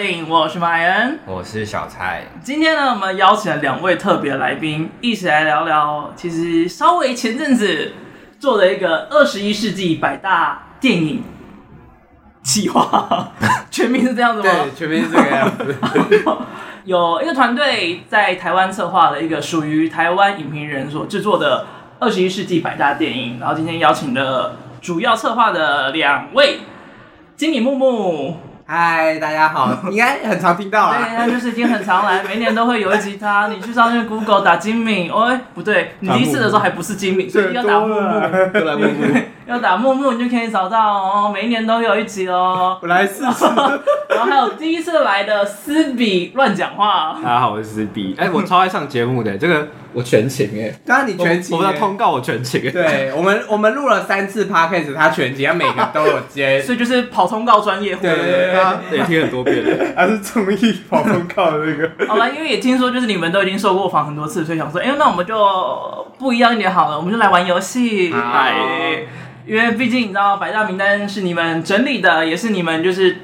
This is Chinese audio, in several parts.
电影，我是马恩， 我是小蔡。 今天呢，我们邀请了2位特别来宾，一起来聊聊，其实稍微前阵子做的一个21世纪100大电影企划，全名是这样子吗？ 对，全名是这个样子。 有一个团队在台湾策划了一个属于台湾影评人所制作的21世纪100大电影，然后今天邀请了主要策划的2位，金敏木木。 嗨，大家好，应该很常听到啊。 对，他就是已经很常来，每年都会有一集他。你去上去 Google 打金敏，哦，不对，你第一次的时候还不是金敏，所以要打木木，要打木木，你就可以找到哦。每一年都有一集哦。 我来试试。 然后还有第一次来的斯比乱讲话。 大家好，我是斯比。我超爱上节目的，这个我全勤当然你全勤， 我们的通告我全勤。 对，我们录了3次 podcast， 他全勤，他每个都有接， 所以就是跑通告专业户。 对，也听很多遍了。 他是综艺跑通告的那个。 好了，因为也听说就是你们都已经受过访很多次，所以想说，那我们就不一样一点好了，我们就来玩游戏。因为毕竟你知道100大名单是你们整理的，也是你们就是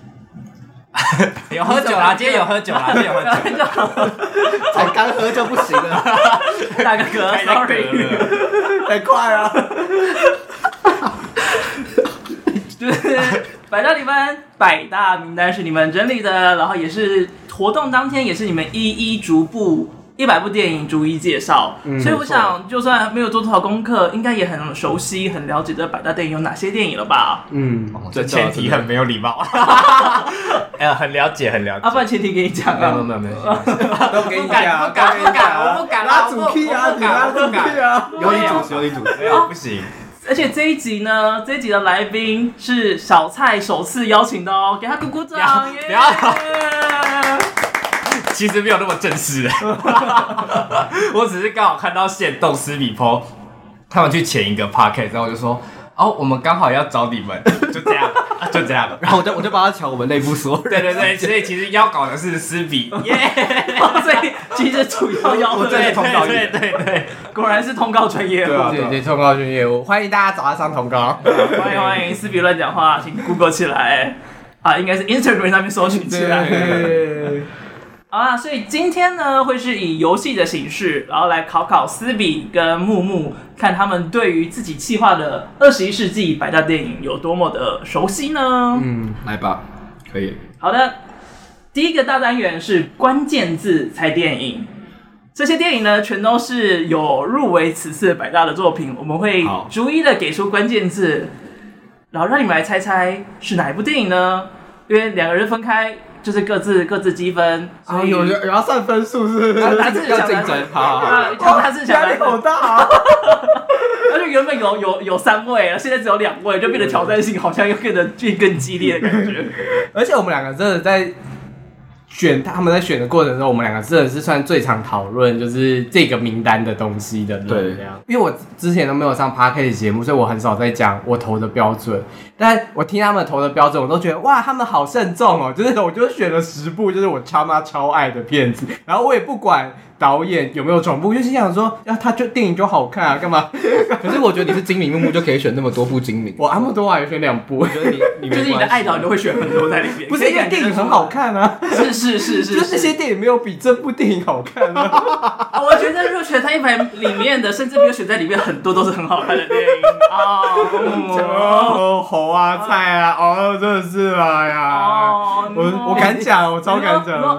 有喝酒啦，今天有喝酒啦，今天有喝酒，才刚喝就不行了， 大个嗝 ，sorry， 太快了。 就是100大名单，100大名单是你们整理的，然后也是活动当天也是你们一一逐步100部电影逐一介绍，所以我想就算没有做多少功课，应该也很熟悉、很了解这100大电影有哪些电影了吧？ 这前提很没有礼貌。 很了解，很了解。 不然前提给你讲啊。 没有， 都给你讲， 我不敢， 拉主 key 啊，你拉主 key 啊， 有你主持，不行。 而且这一集呢，这一集的来宾是小蔡首次邀请的哦，给他鼓鼓掌！ 不要，其实没有那么正式，我只是刚好看到限动斯比 po 他们去前一个 podcast， 然后我就说，我们刚好要找你们，就这样，然后我就帮他抢我们内部说，对，所以其实邀稿的是斯比， 所以其实主要邀我这是通告业， 对，果然是通告专业户， 对，通告专业户，欢迎大家找他上通告， 欢迎斯比乱讲话，请 Google 起来应该是 Instagram 上面搜寻起来。好啦，所以今天呢会是以游戏的形式，然后来考斯比跟木木，看他们对于自己企划的21世纪100大电影有多么的熟悉呢？ 来吧，可以。 好的，第一个大单元是关键字猜电影。这些电影呢，全都是有入围此次100大的作品，我们会逐一的给出关键字，然后让你们来猜猜是哪一部电影呢？因为2个人分开。就是各自积分， 有要算分数是不是？ 他自己想竞争，好，他自己想压力好大啊！ 而且原本有3位，现在只有2位，就变得挑战性好像又变得更激烈的感觉。 而且我们2个真的在他们在选的过程中，我们2个真的是算最常讨论就是这个名单的东西的人。对，因为我之前都没有上 podcast 节目，所以我很少在讲我投的标准。但我听他们投的标准，我都觉得哇，他们好慎重哦！就是我就选了10部，就是我超爱的片子，然后我也不管导演有没有重复，就心想说，他就电影就好看啊，干嘛？ 可是我觉得你是精明木木就可以选那么多部精明， 我阿莫多瓦也选2部，我觉得你就是你的爱导，你都会选很多在里面。 不是因为电影很好看啊， 是， 就是这些电影没有比这部电影好看啊。 我觉得入选参100里面的，甚至没有选在里面，很多都是很好看的电影猴啊菜啊，真的是呀！我敢讲，我超敢讲。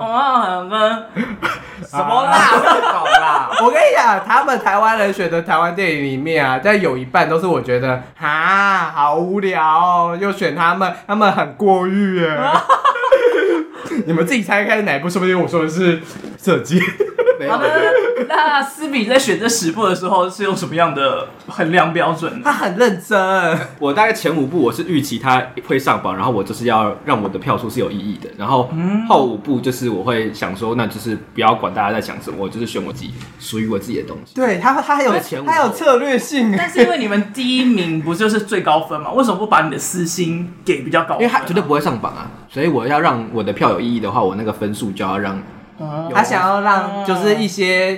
什么啦？ 好啦！我跟你讲，他们台湾人选的台湾电影里面啊，但有一半都是我觉得好无聊哦，又选他们很过誉耶。你们自己猜看哪一部？说不定我说的是设计。 好的，那斯比在选这10部的时候是用什么样的衡量标准？ 他很认真。 我大概前5部我是预期他会上榜，然后我就是要让我的票数是有意义的。然后后5部就是我会想说，那就是不要管大家在想什么，我就是选我自己属于我自己的东西。 对他还有策略性。 但是因为你们第1名不就是最高分吗？为什么不把你的私心给比较高分？ 因为他绝对不会上榜啊，所以我要让我的票有意义的话，我那个分数就要让。 他想要让就是一些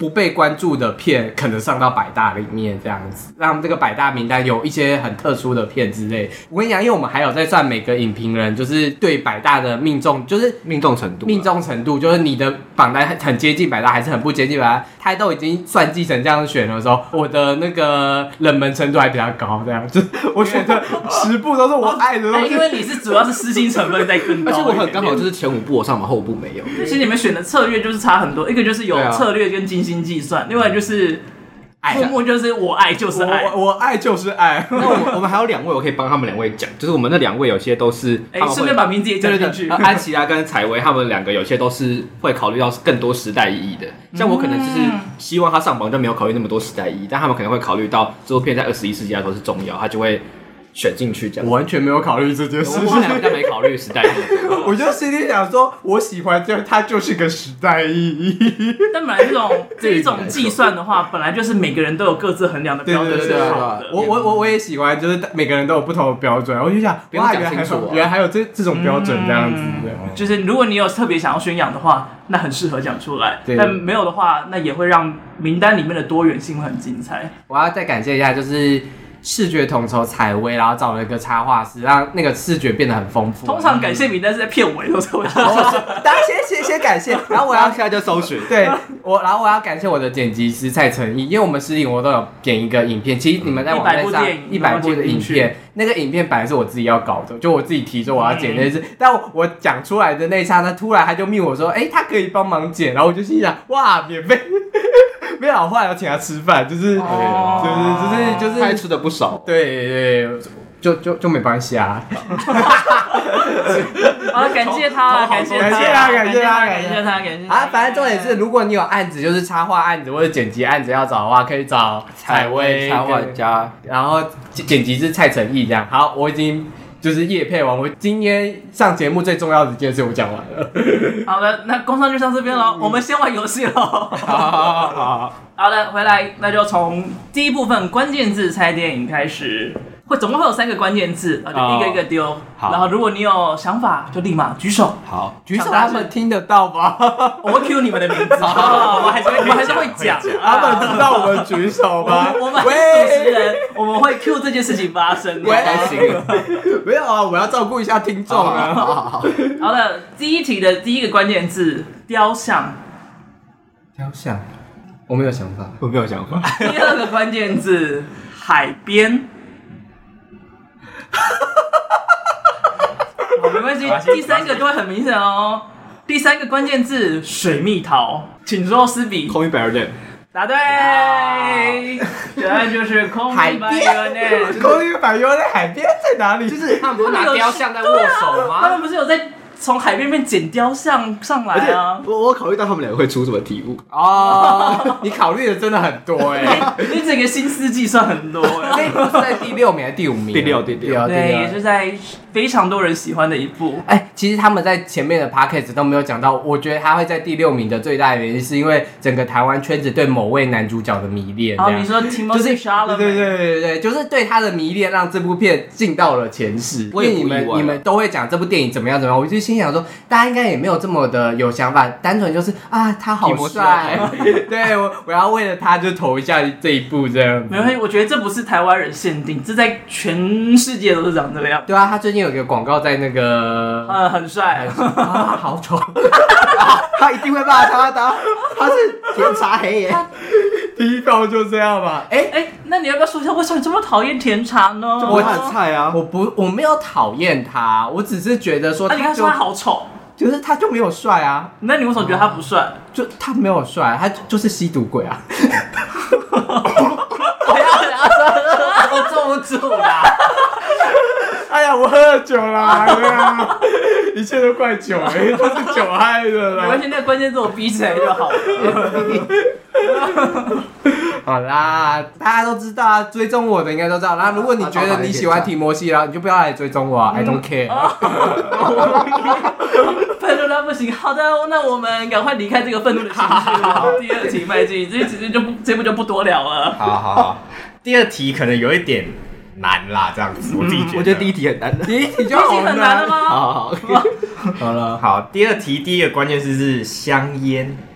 不被关注的片可能上到百大里面这样子，让这个百大名单有一些很特殊的片之类。我跟你讲，因为我们还有在算每个影评人就是对百大的命中，就是命中程度， 就是你的榜单很接近百大还是很不接近百大，他都已经算计成这样选的时候，我的那个冷门程度还比较高，这样就是我选的10部都是我爱的东西。 因为你是主要是私心成分在更高， 而且我很刚好就是前5部我上嘛，后5部没有。 其实你们选的策略就是差很多，一个就是有策略跟精心计算，另外就是默默就是我爱就是爱， 我爱就是爱。 那我们还有2位，我可以帮他们2位讲，就是我们那2位有些都是， 顺便把名字也讲进去。 安琪拉跟采薇他们2个有些都是会考虑到更多时代意义的，像我可能就是希望他上榜就没有考虑那么多时代意义，但他们可能会考虑到这部片在21世纪来说是重要，他就会选进去这样。 我完全没有考虑这件事情， 我们2个没考虑时代意义。 我就心里想说，我喜欢它就是个时代意义。 但本来这一种计算的话，本来就是每个人都有各自衡量的标准是好的。 我也喜欢，就是每个人都有不同的标准。我就想，哇，原来还有这种标准这样子的。 就是如果你有特别想要宣扬的话，那很适合讲出来。但没有的话，那也会让名单里面的多元性会很精彩。 我要再感谢一下，就是视觉统筹采薇，然后找了一个插画师，让那个视觉变得很丰富。 通常感谢名单是在片尾的时候才会。 大家先感谢，然后我要现在就搜寻。 对然后我要感谢我的剪辑师蔡成义，因为我们实体活动有剪一个影片，其实你们在网站上100部的影片，那个影片本来是我自己要搞的，就我自己提说我要剪那事，但我讲出来的那一刹那，突然他就密我说，他可以帮忙剪，然后我就心想，哇，免费。没有，后来要请他吃饭，就是他还吃的不少。 对，就没关系啊。 好，感谢他。 反正重点是，如果你有案子，就是插画案子或者剪辑案子要找的话，可以找采薇插画家， 然后剪辑是蔡成义这样。好，我已经就是业配完，我今天上节目最重要的一件事我讲完了。 好的，那工商就上这边了，我们先玩游戏了。好的，回来那就从第一部分关键字猜电影开始。总共会有3个关键字，然后就一个一个丢。然后如果你有想法，就立马举手。 好， 举手他们听得到吗？ 我会 cue 你们的名字，我们还是会讲。 他们知道我们举手吗？ 我们是主持人，我们会 cue 这件事情发生。 开心。 没有啊，我要照顾一下听众啊。 好的，第一题的第一个关键字雕像。 雕像，我没有想法。 第2个关键字海边。没关系，第3个就会很明显哦。第3个关键字水蜜桃，请说斯比。 Call me by your name。 答对，答案就是 Call me by your name。 Call me by your name，海边在哪里？ 就是他们不是拿雕像在握手吗？ 他们不是有在从海边面捡雕像上来啊！ 我考虑到他们2个会出什么题目哦，你考虑的真的很多你整个心思计算很多那部是在第6名还是第5名？ 第六， 对，也是在非常多人喜欢的一部。 其实他们在前面的 podcast 都没有讲到，我觉得他会在第6名的最大的原因是因为整个台湾圈子对某位男主角的迷恋。 你说 Timothée Chalamet， 对，就是对他的迷恋让这部片进到了前10。因为你们都会讲这部电影怎么样，我就心想说，大家应该也没有这么的有想法，单纯就是他好帅，对我要为了他就投一下这一部这样。 没关系，我觉得这不是台湾人限定，这在全世界都是长这个样。 对啊，他最近有一个广告在那个， 很帅好丑， 他一定会骂他的，他是甜茶黑耶。 第一稿就这样吧。 那你要不要说一下为什么你这么讨厌甜茶呢？ 我很菜啊， 我没有讨厌他，我只是觉得说， 你刚说他好丑， 就是他就没有帅啊。 那你为什么觉得他不帅？ 就他没有帅，他就是吸毒鬼啊。 我坐不住啦。 哎呀，我喝了酒啦，对啊，一切都怪酒，都是酒害的啦。 没关系，那个关键字我逼起来就好了。 好啦，大家都知道啊，追踪我的应该都知道。然后如果你觉得你喜欢提摩西，然后你就不要来追踪我啊，I don't care。 愤怒到不行。好的，那我们赶快离开这个愤怒的情绪，第2题迈进。这部就不多聊了。 好，第2题可能有一点难啦，这样子，我自己觉得。 我觉得第1题很难， 第1题就很难了吗？ 好了， 好，第2题第一个关键字是香烟。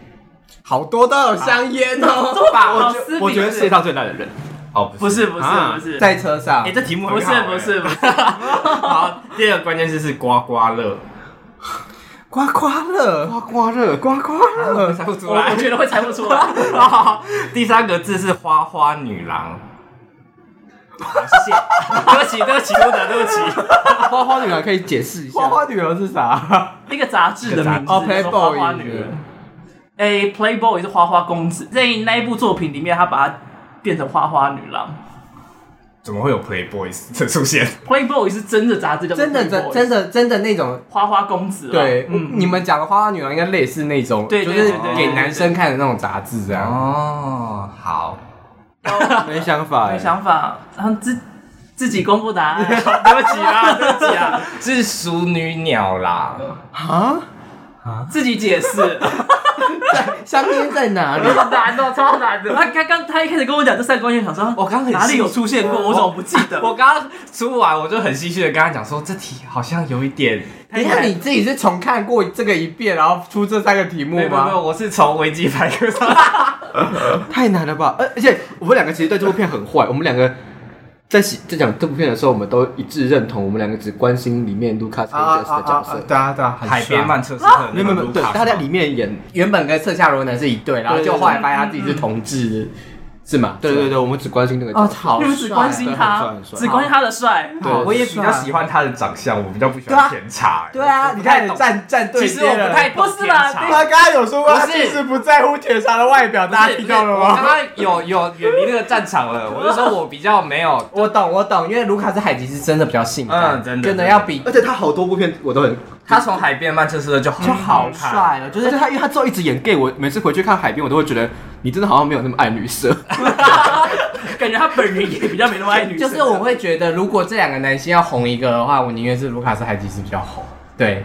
好多都有香烟哦。 我觉得世界上最烂的人。 哦， 不是， 在车上。 这题目不是。 好，第二个关键字是刮刮乐。 刮刮乐， 猜不出来。 我觉得会猜不出来。 第三个字是花花女郎。 谢谢，对不起，对不起。 花花女郎可以解释一下。 花花女郎是啥？ 一个杂志的名字。花花女人。Playboy 是花花公子，在那一部作品里面，他把它变成花花女郎。 怎么会有 Playboy 的出现 ？Playboy 是真的杂志，叫真的那种花花公子。 对，你们讲的花花女郎应该类似那种，就是给男生看的那种杂志啊。 哦，好， 没想法， 然后自己公布答案。对不起啊， 是熟女鸟啦。 自己解释。 香烟在哪里？ 难哦，超难的。他一开始跟我讲这三个关键，想说我刚很哪里有出现过，我怎么不记得？ 我刚刚出完，我就很戏谑的跟他讲说，这题好像有一点。 等一下，你自己是重看过这个一遍，然后出这三个题目吗？ 没有，我是从维基百科上。 太难了吧？而且我们两个其实对这部片很坏，我们两个。在讲这部片的时候，我们都一致认同，我们两个只关心里面卢卡斯的角色。 对啊， 海边曼彻斯特。 没有，对，他在里面演原本跟瑟夏罗南是一对，然后就后来发现他自己是同志，是吗？ 对，我们只关心那个角色。 好帅， 只关心他，只关心他的帅。 对，我也比较喜欢他的长相，我比较不喜欢甜茶。 对啊，你看站对。 其实我不太懂甜茶。 他刚刚有说过，他其实不在乎甜茶的外表，大家听到了吗？ 我刚刚有远离那个战场了，我就说我比较没有。 我懂，因为卢卡斯海吉斯真的比较性感， 真的要比， 而且他好多部片我都很。 他从海边曼彻斯特就好帅了， 就是他，因为他之后一直演 gay， 我每次回去看海边，我都会觉得你真的好像没有那么爱女色， 感觉他本人也比较没那么爱女色。 就是我会觉得，如果这两个男星要红一个的话，我宁愿是卢卡斯海吉斯比较红。对。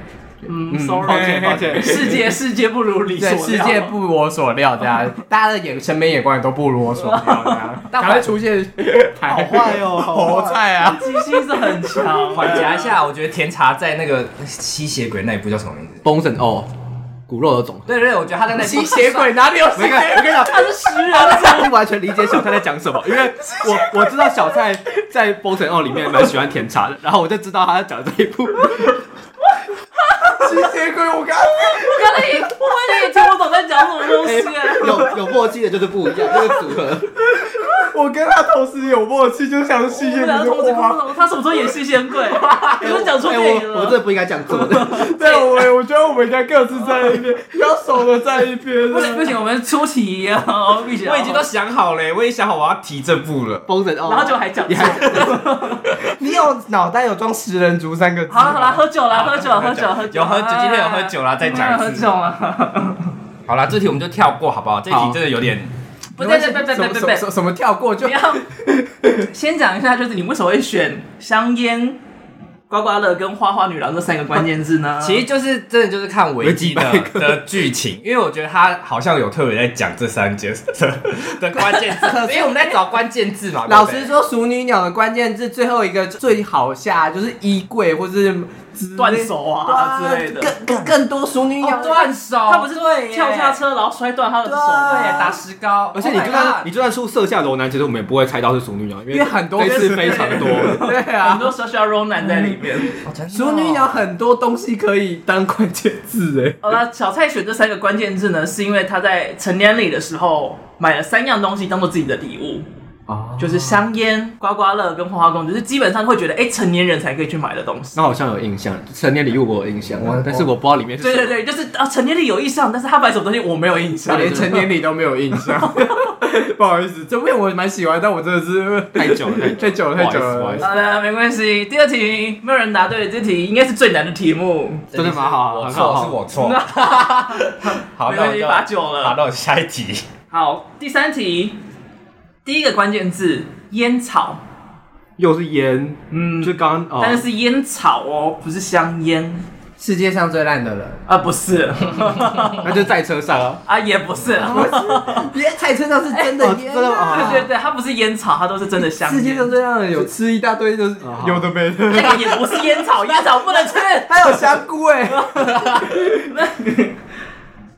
sorry， 抱歉，世界不如你所料， 世界不如我所料，这样大家的审美眼光也都不如我所料，这样，赶快出现， 好坏哦， 好菜啊， 机性是很强。 缓夹一下，我觉得甜茶在那个吸血鬼那一部叫什么名字？ 崩神哦。骨肉的种， 对，我觉得他在那吸血鬼哪里有吸血鬼？ 我跟你讲， 他是食人， 我完全理解小蔡在讲什么，因为我知道小蔡在《封神二》里面蛮喜欢甜茶的，然后我就知道他在讲这一部。 吸血鬼，我刚才也听不懂在讲什么东西。 有默契的就是不一样，这个组合。 我跟他同时有默契，就像吸血鬼。 他什么时候演吸血鬼？你都讲出电影了。 我真的不应该讲错的。 对，我觉得我们应该各自在一边，比较熟的在一边。 不行，我们出题啊！我已经都想好了，我也想好我要提这部了。 封神，然后就还讲错。 你有脑袋有装食人族3个字？ 好了，喝酒了， 有喝酒，今天有喝酒了，再讲一次。 喝酒了。 好了，这题我们就跳过，好不好？这题真的有点。 不， 什么跳过就不要。先讲一下，就是你为什么会选香烟、刮刮乐跟花花女郎这3个关键字呢？ 其实就是真的就是看维基的剧情，因为我觉得他好像有特别在讲这3件的关键字，因为我们在找关键字嘛。 老实说，熟女鸟的关键字最后一个最好下就是衣柜或是断手啊之类的， 更多熟女鸟断手， 他不是跳下车然后摔断他的手，对，打石膏。 而且你就算出色下柔男，其实我们也不会猜到是熟女鸟， 因为很多这次非常多， 对啊， 很多色下柔男在里面。 熟女鸟很多东西可以当关键字哎。 好了，小蔡选这3个关键字呢，是因为他在成年礼的时候买了3样东西当做自己的礼物。就是香烟、刮刮乐跟花花公子，就是基本上会觉得，成年人才可以去买的东西。 那好像有印象，成年礼物我有印象，但是我不知道里面是什么。 对，就是成年礼有印象，但是他买什么东西我没有印象， 我连成年礼都没有印象。不好意思，这部片我蛮喜欢，但我真的是太久了。 好的，没关系。第2题没有人答对，这题应该是最难的题目， 真的蛮好。 我错，是我错。好， 没关系，罚酒了。 好，那我下一题。 好，第3题。第1个关键字烟草， 又是烟，就刚刚， 但是烟草哦，不是香烟。 世界上最烂的人啊，不是， 那就在车上啊，也不是， 在车上是真的烟， 对，它不是烟草，它都是真的香烟。 世界上最烂的人有吃一大堆，就是有的没的， 那个也不是烟草，烟草不能吃， 还有香菇哎。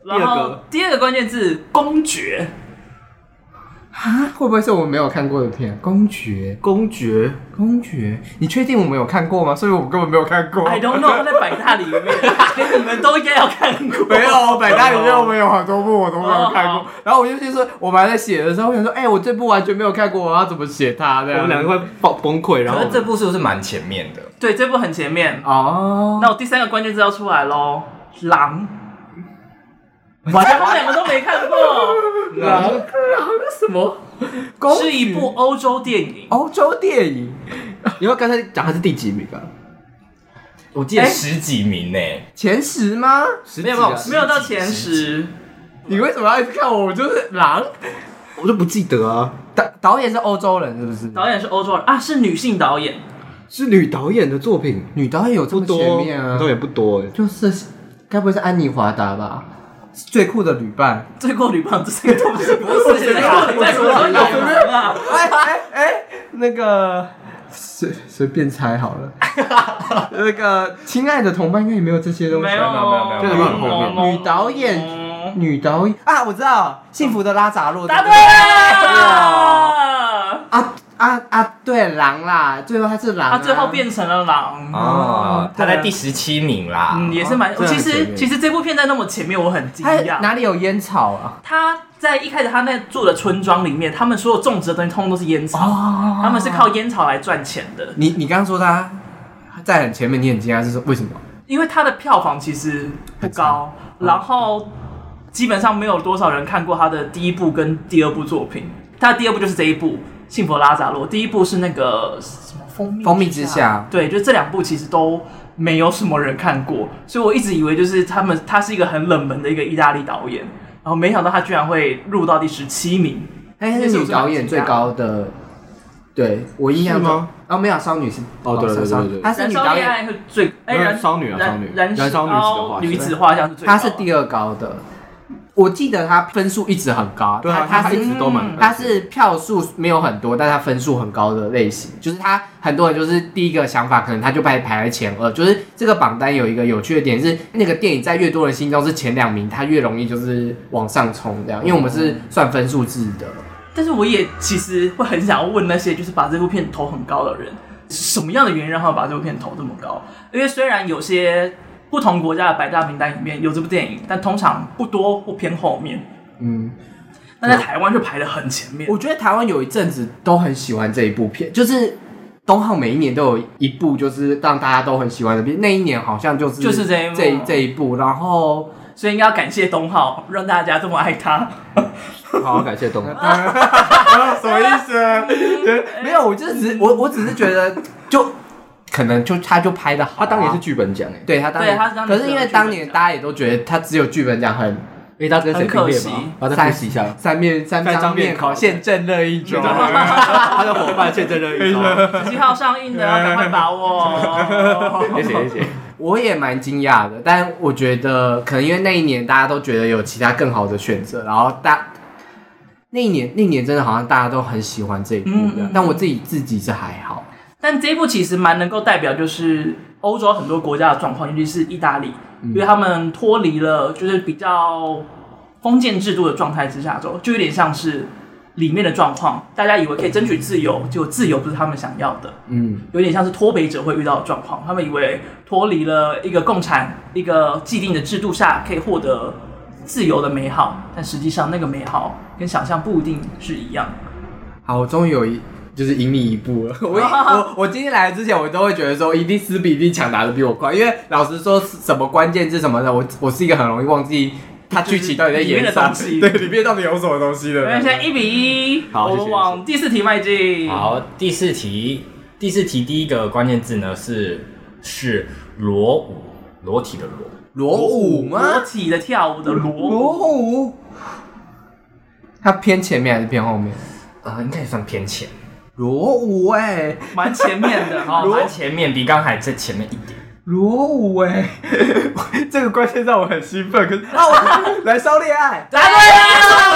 然后第二个关键字公爵。 啊，会不会是我们没有看过的片？公爵，你确定我们有看过吗？所以我们根本没有看过。 I don't know， 他在百大里面，连你们都应该要看过。 没有，百大里面我们有很多部我都没有看过。然后我就说，我们还在写的时候，我想说，我这部完全没有看过，我要怎么写它？我们两个会崩溃。然后这部是不是蛮前面的？ 对，这部很前面哦。 那我第三个关键字要出来咯，狼。完全他们两个都没看过。 狼什么？ 是一部欧洲电影。 你要刚才讲它是第几名啊？ 我记得10几名呢， 前10吗？ 没有到前10。 你为什么要一直看我？我就是狼， 我就不记得啊。 导演是欧洲人是不是？ 导演是欧洲人啊，是女性导演， 是女导演的作品。 女导演有这么前面啊？ 女导演不多就是该不会是安妮华达吧？最酷的旅伴， 这个都不是现在说什么啊？ 那个随便猜好了。那个亲爱的同伴应该也没有这些东西。 没有， 这个很后面。 女导演啊，我知道，幸福的拉扎洛。 答对了。 对，狼啦，最后他是狼， 他最后变成了狼。 哦，他在第17名啦。 也是蛮。其实这部片在那么前面，我很惊讶。 哪里有烟草啊？ 他在一开始他那住的村庄里面，他们所有种植的东西通通都是烟草，他们是靠烟草来赚钱的。 你刚刚说他在很前面，你很惊讶是说为什么？ 因为他的票房其实不高，然后基本上没有多少人看过他的第一部跟第二部作品。他的第二部就是这一部《幸福拉扎洛》，第一部是那个什么蜂蜜之夏。对，就这两部其实都没有什么人看过，所以我一直以为就是他是一个很冷门的一个意大利导演，然后没想到他居然会入到第17名。 他是女导演最高的，对我印象中没有少女是对， 她是女导演是最少女燃烧女子画像是最高的， 她是第2高的。我记得他分数一直很高， 对啊，他一直都蛮高。 他是票数没有很多，但他分数很高的类型，就是他很多人就是第一个想法，可能他就排在前2。就是这个榜单有一个有趣的点是，那个电影在越多人心中是前2名，他越容易就是往上冲这样，因为我们是算分数制的。 但是我也其实会很想要问那些就是把这部片投很高的人，什么样的原因让他们把这部片投这么高？因为虽然有些不同国家的百大名单里面有这部电影，但通常不多或偏后面。但在台湾就排得很前面。 我觉得台湾有一阵子都很喜欢这一部片，就是东浩每一年都有一部就是让大家都很喜欢的片，那一年好像就是这一部，然后所以应该要感谢东浩，让大家这么爱他。 好，感谢东浩。 什么意思？没有，我只是觉得就。可能他就拍的好， 他当年是剧本奖对他当年，可是因为当年大家也都觉得他只有剧本奖因为他跟谁并列嘛，然后再复习一下， 三张面孔现正热一周， 他的伙伴现正热一周 ，17号上映的，要赶快把握。 谢谢。 我也蛮惊讶的，但我觉得可能因为那一年大家都觉得有其他更好的选择，然后那一年真的好像大家都很喜欢这一部的，但我自己是还好。 但这一部其实蛮能够代表就是欧洲很多国家的状况，尤其是意大利，因为他们脱离了就是比较封建制度的状态之下，就有点像是里面的状况，大家以为可以争取自由，结果自由不是他们想要的，有点像是脱北者会遇到的状况，他们以为脱离了一个共产一个既定的制度下可以获得自由的美好，但实际上那个美好跟想象不一定是一样。 好，我终于就是赢你一步了。我今天来之前，我都会觉得说，一定斯比一定抢答的比我快，因为老实说，什么关键字什么的，我是一个很容易忘记它剧情到底在演啥，对，里面到底有什么东西的。 现在1-1，我们往第4题迈进。 好，第四题第一个关键字呢是裸舞，裸体的裸舞吗？ 裸体的跳舞的裸舞，它偏前面还是偏后面？ 应该也算偏前。 裸舞蛮前面的蛮前面，比刚才在前面一点。 裸舞这个关键让我很兴奋。可是来烧恋爱， 答对了，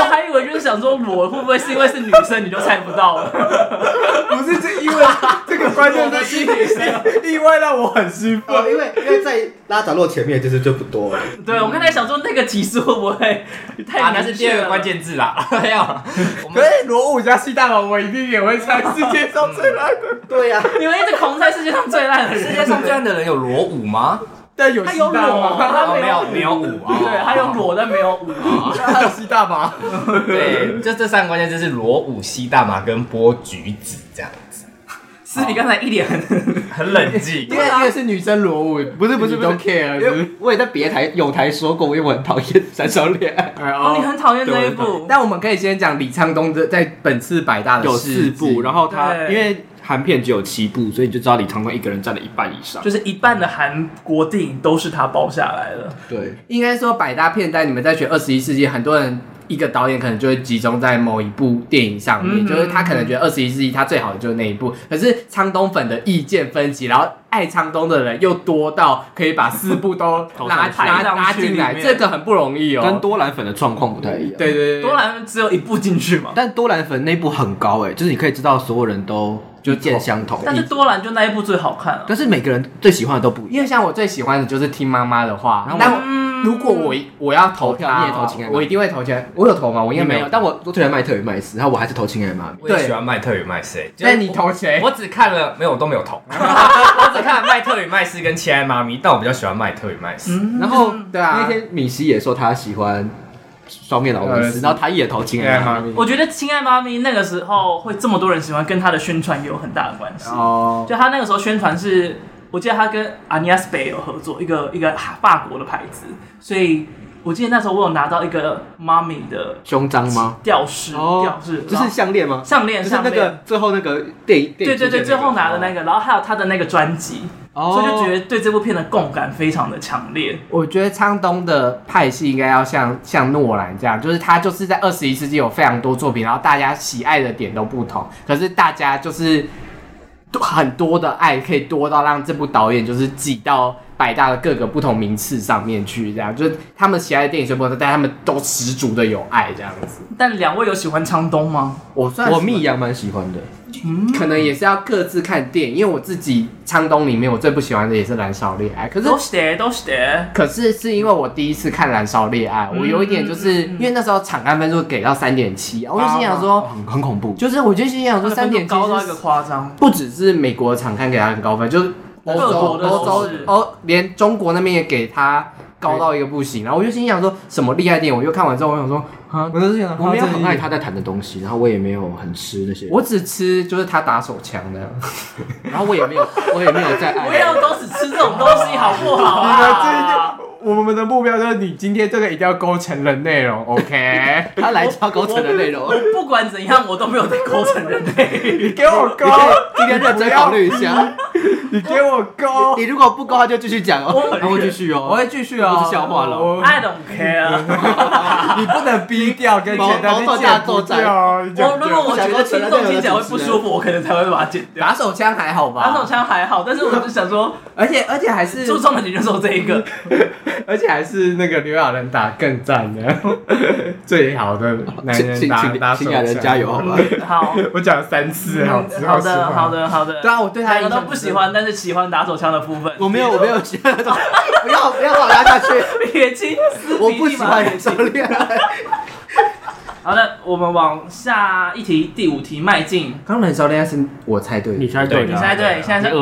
还以为就是想说裸会不会是因为是女生你就猜不到了？ 不是，这因为这个关键是意外让我很兴奋。 因为在拉杂洛前面就是就不多了。 对，我刚才想说那个提示会不会太那是第二个关键字啦。没有， 可是裸舞加西大佬，我一定也会猜世界上最烂的。 对呀， 你们一直狂猜世界上最烂的人， 世界上最烂的人有裸舞吗？ 但有西大他有裸， 吗？ 他没有舞啊。 对，他有裸但没有舞。 还有西大吗？ 对，就这三个关键字是裸舞、吸大麻跟剥橘子这样子。 思比刚才一脸很冷静， 因为是女生裸舞， 不是都 care， 因为我也在别台有台说过，因为我很讨厌《燃烧恋爱》。 哦，你很讨厌这一部。 但我们可以先讲李沧东的在本次百大的有4部，然后他对因为韩片只有7部，所以你就知道李沧东一个人占了一半以上。 就是一半的韩国电影都是他包下来的。 对， 应该说百大片单，你们在选21世纪，很多人一个导演可能就会集中在某一部电影上面，就是他可能觉得21世纪他最好的就是那一部，可是沧东粉的意见分歧，然后爱沧东的人又多到可以把4部都拉进来，这个很不容易哦。 跟多兰粉的状况不太一样。 对对对， 多兰只有1部进去嘛， 但多兰粉那部很高就是你可以知道所有人都就见相同， 但是多兰就那一部最好看啊。 但是每个人最喜欢的都不一样。 因为像我最喜欢的就是听妈妈的话，但如果我要投票， 你也投亲爱妈咪， 我一定会投亲爱。我有投吗？我应该没有， 但我最喜欢麦特与麦斯，然后我还是投亲爱妈咪。 我也喜欢麦特与麦斯。 那你投谁？ 我只看了，没有，我都没有投。我只看了麦特与麦斯跟亲爱妈咪，但我比较喜欢麦特与麦斯。 然后对啊， 那天米西也说他喜欢双面老公司，然后他也投亲爱妈咪。 我觉得《亲爱妈咪》那个时候会这么多人喜欢，跟他的宣传也有很大的关系。 哦， 就他那个时候宣传是，我记得他跟阿尼亚斯贝有合作，一个法国的牌子，所以我记得那时候我有拿到一个妈咪的胸章吗？ 吊饰， 这是项链吗？ 项链， 就是那个最后那个电影， 对，最后拿的那个，然后还有他的那个专辑。所以就觉得对这部片的共感非常的强烈。 我觉得沧东的派系应该要像诺兰这样，就是他就是在21世纪有非常多作品，然后大家喜爱的点都不同，可是大家就是很多的爱可以多到让这部导演就是挤到百大的各个不同名次上面去，这样就是他们喜爱的电影全部都，但他们都十足的有爱这样子。 但2位有喜欢沧东吗？ 我蜜阳蛮喜欢的。 可能也是要各自看电影，因为我自己沧东里面我最不喜欢的也是《燃烧恋爱》，可是都是的。 可是是因为我第一次看《燃烧恋爱》，我有一点就是因为那时候场刊分数给到3.7，我就心想说很恐怖， 就是我就心想说3.7 高到一个夸张， 不只是美国的场刊给他很高分，就是欧洲连中国那边也给他高到一个不行，然后我就心想说什么厉害电影，我又看完之后我想说我没有很爱他在谈的东西，然后我也没有很吃那些， 我只吃就是他打手枪的， 然后我也没有在爱， 不要都只吃这种东西好不好啊？ 我们的目标就是你今天这个一定要勾成人内容 ，OK？ 他来抄勾成的内容， 我不管怎样我都没有在勾成人类。 你给我勾， 今天认真考虑一下， 你给我勾， 你如果不勾他就继续讲哦，他会继续哦， 我会继续哦， 不是笑话了 I don't care， 你不能逼掉跟简单的剪不掉。 如果我觉得听众听起来会不舒服，我可能才会把它剪掉。 打手枪还好吧？ 打手枪还好，但是我就想说， 而且还是注重的你就说这一个， 而且还是那个刘亚仁打更赞的，最好的男人打手枪， 亲爱的加油好吧？ 好， 我讲了3次， 好的。 对啊，我对他两个都不喜欢，但是喜欢打手枪的部分。 我没有喜欢那种，不要把我拉下去， 别亲， 我不喜欢燃烧恋爱。 好的，我们往下一题，第5题迈进。 刚燃烧恋爱是我猜对的， 你猜对， 你猜对，现在是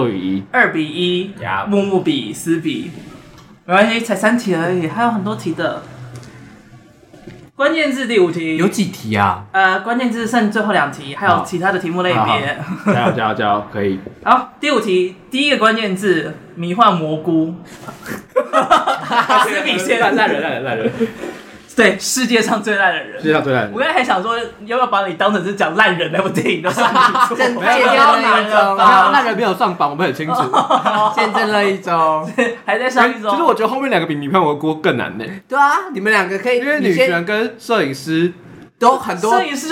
2-1，木木比思比，没关系，才3题而已，还有很多题的。关键字第5题有几题啊？ 关键字剩最后2题，还有其他的题目类别。 加油，可以。 好，第5题，第一个关键字迷幻蘑菇。思比先， 烂人。 对，世界上最烂的人。 世界上最烂的人。 我刚才还想说，要不要把你当成是讲烂人那部电影都上去做？ 见证了一周， 那人没有上榜，我们很清楚。 见证了一周， 还在上一周。 其实我觉得后面2个比迷幻蘑菇更难呢。 对啊，你们2个可以， 因为女权跟摄影师都很多， 摄影师就是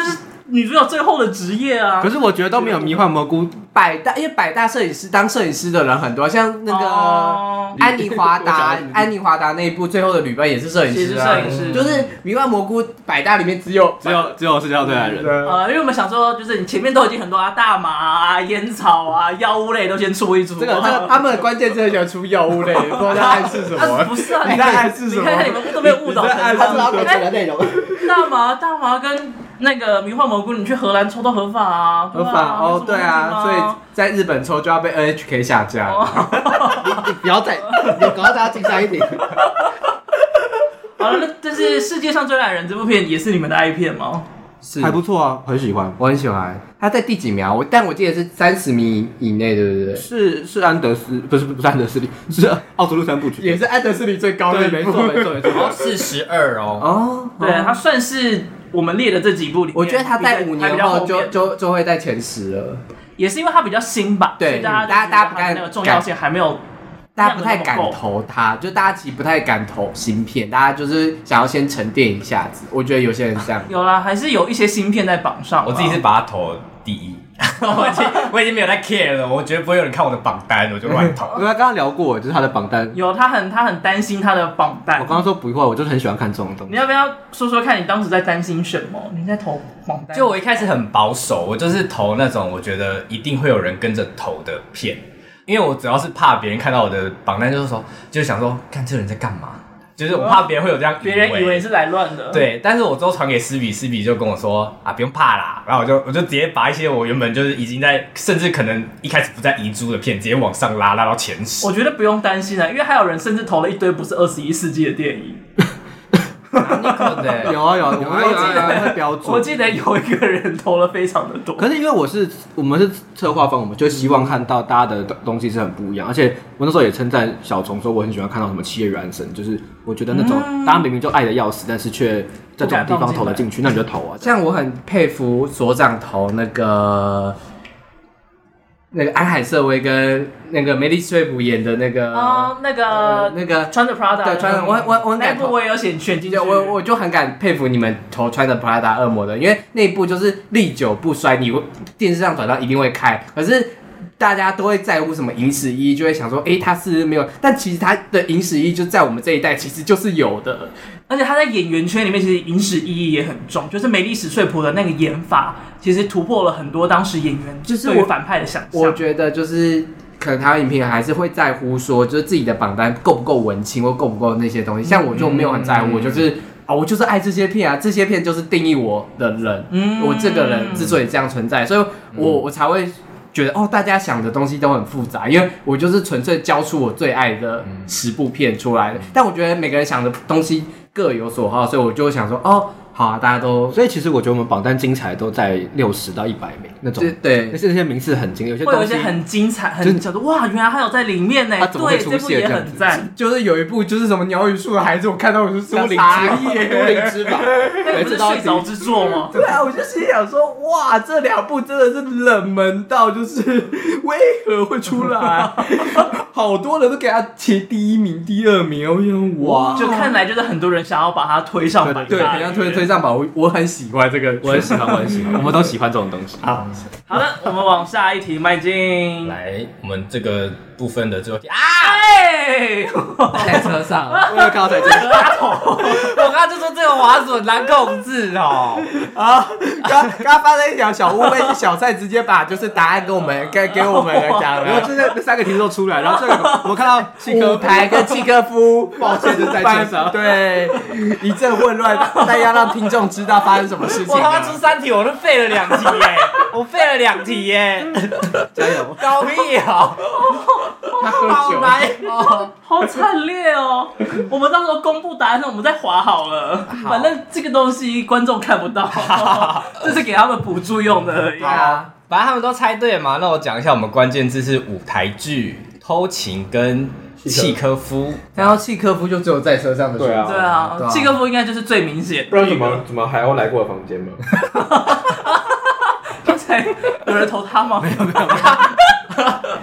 女主角最后的职业啊。 可是我觉得都没有迷幻蘑菇因为百大摄影师当摄影师的人很多，像那个安妮华达那一部《最后的旅伴》也是摄影师啊， 摄影师就是迷幻蘑菇百大里面只有世界上最爱人。 因为我们想说，就是你前面都已经很多大麻啊、烟草啊、药物类都先出一出。 这个他们的关键字很喜欢出药物类，不知道在暗示什么。 不是啊， 你在暗示什么？ 你看看你们都被误导成他知道可讲的内容。 大麻跟那个迷幻蘑菇，你去荷兰抽都合法啊， 合法哦，对啊，所以在日本抽就要被 NHK 下架。 你不要再，你赶快大家静下一点。 好了，那这是世界上最懒人这部片也是你们的爱片吗？ 是还不错啊，很喜欢。 我很喜欢。他在第几名？但我记得是30名以内，对不对？ 是安德斯，不是安德斯利，是奥图路三部曲， 也是安德斯里最高的一部。 没错。 然后42哦。 哦， 对，他算是我们列的这几部里面， 我觉得他在5年后就会在前10了。 也是因为他比较新吧， 对， 大家不敢那个重要性还没有。 大家不太敢投它，就大家其实不太敢投新片，大家就是想要先沉淀一下子。我觉得有些人这样。 有啦，还是有一些新片在榜上。 我自己是把它投第一，我已经没有在 care 了，我觉得不会有人看我的榜单，我就乱投。 因为刚刚聊过，就是他的榜单。 有，他很担心他的榜单。 我刚刚说不会，我就是很喜欢看这种东西。 你要不要说说看你当时在担心什么？你在投榜单？ 就我一开始很保守，我就是投那种我觉得一定会有人跟着投的片。因为我主要是怕别人看到我的榜单，就是想说，看这人在干嘛？就是我怕别人会有这样别人以为是来乱的。 对，但是我之后传给思比就跟我说啊，不用怕啦。然后我就直接把一些我原本就是已经在，甚至可能一开始不在遗珠的片，直接往上拉到前10。 我觉得不用担心啊，因为还有人甚至投了一堆不是21世纪的电影。 有啊，我会标注。 我记得有一个人投了非常的多。 可是因为我们是策划方，我们就希望看到大家的东西是很不一样。而且我那时候也称赞小虫说，我很喜欢看到什么7月与安生，就是我觉得那种大家明明就爱的要死，但是却在这种地方投得进去，那你就投啊。 像我很佩服所长投那个安海瑟薇跟那个梅丽史翠普演的那个那个穿着 Prada， 对，穿着我很敢投， 那部我也有选进去， 我就很敢佩服你们投穿着 Prada 恶魔的，因为那一部就是历久不衰，你电视上转到一定会开，可是大家都会在乎什么影史意义，就会想说，他是不是没有？但其实他的影史意义就在我们这一代其实就是有的。 而且他在演员圈里面其实影史意义也很重，就是梅丽史翠普的那个演法，其实突破了很多当时演员对于反派的想象。 我觉得就是可能台湾影评人还是会在乎说，就是自己的榜单够不够文青或够不够那些东西。像我就没有很在乎，我就是爱这些片啊，这些片就是定义我的人，我这个人之所以这样存在，所以我才会觉得大家想的东西都很复杂，因为我就是纯粹交出我最爱的10部片出来的。但我觉得每个人想的东西各有所好，所以我就想说，好啊，大家都。 所以其实我觉得我们榜单精彩都在60到100名那种， 对， 那些名次很精，有些会有一些很精彩，很叫做哇，原来他有在里面呢。对，这部也很赞。 就是有一部就是什么鸟语树的孩子，我看到我就都灵之吧， 那个不是睡着之作吗？ 对啊，我就心想说，哇，这2部真的是冷门到就是为何会出来？好多人都给他提第1名、第2名，我想哇， 就看来就是很多人想要把它推上榜， 对，很想推上榜。我很喜欢这个， 我很喜欢，我们都喜欢这种东西。 好的，我们往下一题迈进。 来，我们这个部分的最后题啊！ 在车上， 我有看到在这里。 我刚刚就说这个滑鼠难控制哦。 刚发生一条小误会，是小蔡直接把就是答案给我们讲了， 然后那3个题都出来，然后这个我们看到舞台跟契科夫， 抱歉就在车上， 对，一阵混乱，但要让听众知道发生什么事情。 我他妈出3题，我都废了2题耶！我废了2题耶！ 加油！ 高屁哦！ 他喝酒， 好惨烈哦！我们到时候公布答案，我们再划好了。反正这个东西观众看不到，这是给他们补助用的而已。 反正他们都猜对嘛。那我讲一下，我们关键字是舞台剧、偷情跟契科夫。 然后契科夫就只有在车上的。 对啊，契科夫应该就是最明显。 不然怎么还要来过我房间吗？ 刚才有人投他吗？ 没有。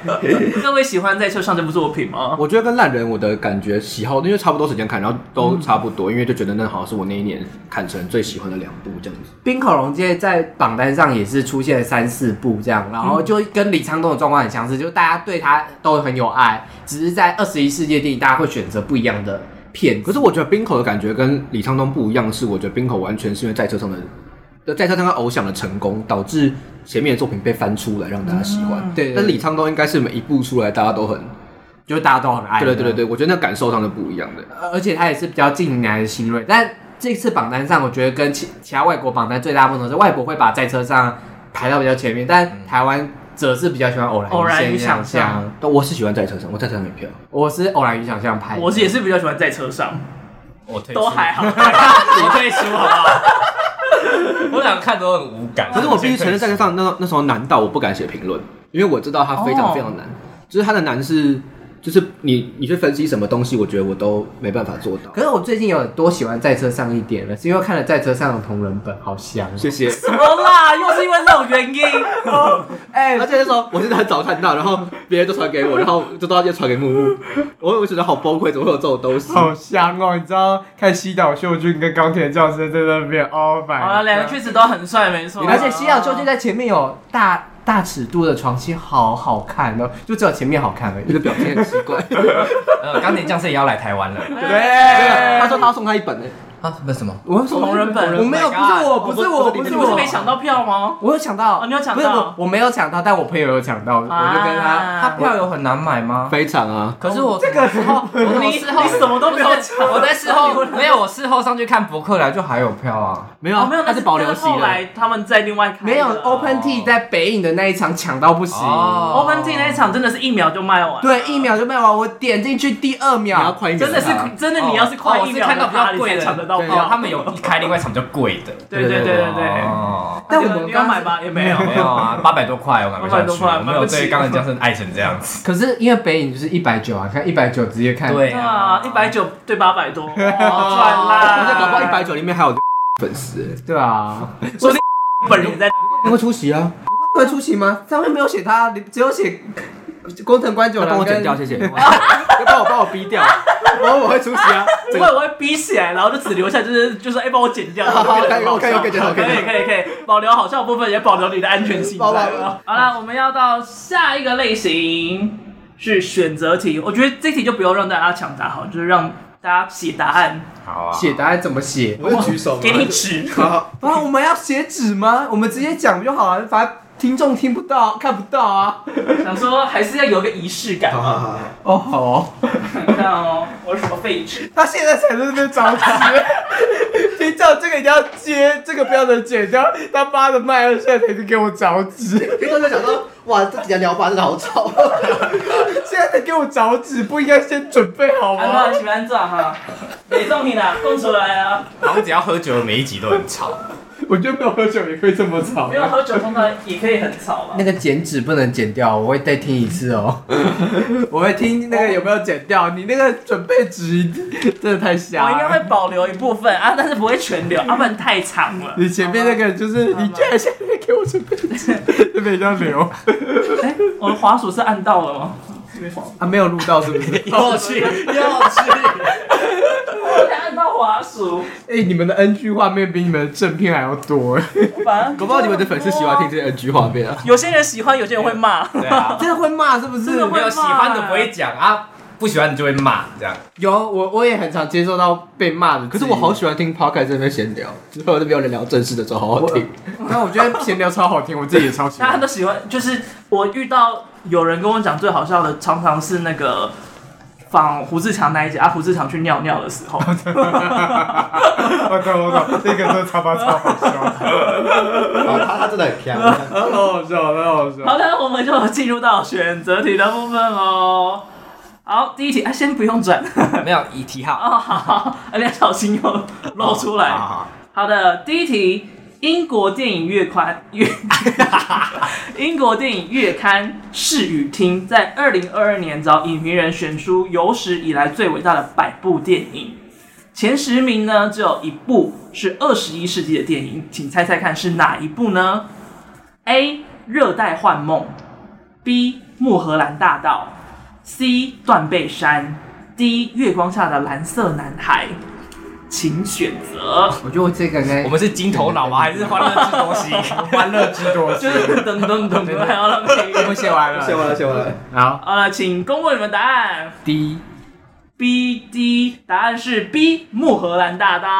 各位喜欢在车上这部作品吗？ 我觉得跟烂人我的感觉喜好，因为差不多时间看，然后都差不多，因为就觉得那好像是我那一年看成最喜欢的2部这样子。 冰口龙介在榜单上也是出现了3、4部这样，然后就跟李沧东的状况很相似，就是大家对他都很有爱，只是在21世纪电影大家会选择不一样的片子。 可是我觉得冰口的感觉跟李沧东不一样，是我觉得冰口完全是因为在车上跟偶像的成功，导致前面的作品被翻出来让大家喜欢。 对， 但李沧东应该是每一部出来大家都很， 就是大家都很爱。 对，我觉得那感受上是不一样的。 而且他也是比较近年来的新锐，但这次榜单上，我觉得跟其他外国榜单最大不同是，外国会把在车上排到比较前面，但台湾则是比较喜欢偶然与想象。 但我是喜欢在车上，我在车上没票。 我是偶然与想象排的， 我也是比较喜欢在车上， 我退出都还好。 我退出好不好？我两个看都很无感。 可是我必须承认，在车上那时候难到我不敢写评论，因为我知道它非常非常难，就是它的难是。就是你去分析什么东西，我觉得我都没办法做到。 可是我最近有多喜欢在车上一点了，是因为看了在车上的同人本，好香。 谢谢。 什么啦？又是因为这种原因？ 而且那时候我真的很早看到，然后别人都传给我，然后就到就传给木木，我觉得好崩溃，怎么会有这种东西？ 好香哦！你知道看西岛秀俊跟钢铁教师在那边，Oh my！ 好了，两个确实都很帅，没错。 而且西岛秀俊在前面有大尺度的床戏，好好看哦，就只有前面好看而已。 你的表现很奇怪。 钢铁将士也要来台湾了。 对， 他说他要送他1本呢。 啊，不是什么？ 我同人本， 我没有，不是我， 你不是没抢到票吗？ 我有抢到， 你有抢到？ 不是我没有抢到，但我朋友有抢到，我就跟他票有很难买吗？ 非常啊。 可是我这个时候， 你什么都没有抢， 我在事后没有，我事后上去看博客来就还有票啊。 没有， 没有， 它是保留席的。 后来他们在另外开。 没有 Open T 在北影的那一场抢到不行 ，Open T 那一场真的是1秒就卖完。 对，1秒就卖完，我点进去第2秒， 你要快一点。 真的，你要是快1秒， 看到比较贵的抢得到票。 他们有开另外一场比较贵的。 对。 但我们你要买吧？也没有， 没有啊，800多块，我买不下去。我没有对钢铁将士爱成这样子。 可是因为北影就是190啊，看190直接看。 对啊，190对800多，赚啦！ 而且搞不好190里面还有粉丝。 对啊， 说不定本人在。 你会出席啊？ 会出席吗？上面没有写他，只有写工藤官九郎。 帮我剪掉，谢谢。帮我逼掉。我会出席啊。 我会逼起来，然后就只留下就是帮我剪掉。 好，可以， 保留好笑的部分，也保留你的安全性。好了，我们要到下一个类型是选择题。我觉得这题就不用让大家抢答，好，就是让大家写答案。 好啊。 写答案怎么写？ 我就举手。 给你纸。 啊，我们要写纸吗？我们直接讲就好了，反正听众听不到，看不到啊。 想说还是要有个仪式感嘛。 哦，好哦。 你看哦，我是什么废纸？ 他现在才在那边着急。听众这个一定要接，这个不要能剪掉。他妈的麦现在才给我着急。 听众在讲说，哇，这几条聊吧真的好吵。 现在才给我着急，不应该先准备好吗？ 安怎安怎哈？没送你啦，供出来啊！ 好像只要喝酒的每一集都很吵。 我觉得没有喝酒也可以这么吵。 没有喝酒通常也可以很吵吧。 那个剪纸不能剪掉，我会再听一次哦。我会听那个有没有剪掉。你那个准备纸真的太瞎了。 我应该会保留一部分啊，但是不会全留，不然太长了。 你前面那个就是你居然现在给我准备纸，这边要留。 我的滑鼠是按到了吗？ 啊，没有录到是不是？ 又去。我才按到滑鼠。 你们的 NG 画面比你们的正片还要多。 搞不好你们的粉丝喜欢听这些 NG 画面啊。 有些人喜欢，有些人会骂。 对啊， 真的会骂是不是？ 没有喜欢的不会讲啊，不喜欢的就会骂这样。 有我也很常接受到被骂的， 可是我好喜欢听 Podcast 这边闲聊，之后就没有人聊正式的时候好好听。 那我觉得闲聊超好听，我自己也超喜欢。 大家都喜欢，就是我遇到有人跟我讲最好笑的，常常是那个仿胡志强那一集啊，胡志强去尿尿的时候。我懂，那个真的超好笑。 他真的很强， 很好笑。 好的，我们就进入到选择题的部分哦。好，第一题，先不用转， 没有以题号哦，好，梁小新又露出来。好的，第一题，英国电影月刊视与听在2022年找影评人选出有史以来最伟大的100部电影，前10名呢只有1部是21世纪的电影，请猜猜看是哪一部呢？ A. 热带幻梦， B. 木荷兰大道 C. 断背山 D. 月光下的蓝色男孩，请选择。 我觉得我这个呢， 我们是金头脑吗？还是欢乐智多星？ 欢乐之多就是噔噔噔噔，还有那个。 我写完了， 写完了。 好， 请公布你们答案。 D。 B D 答案是 B 木荷兰大道。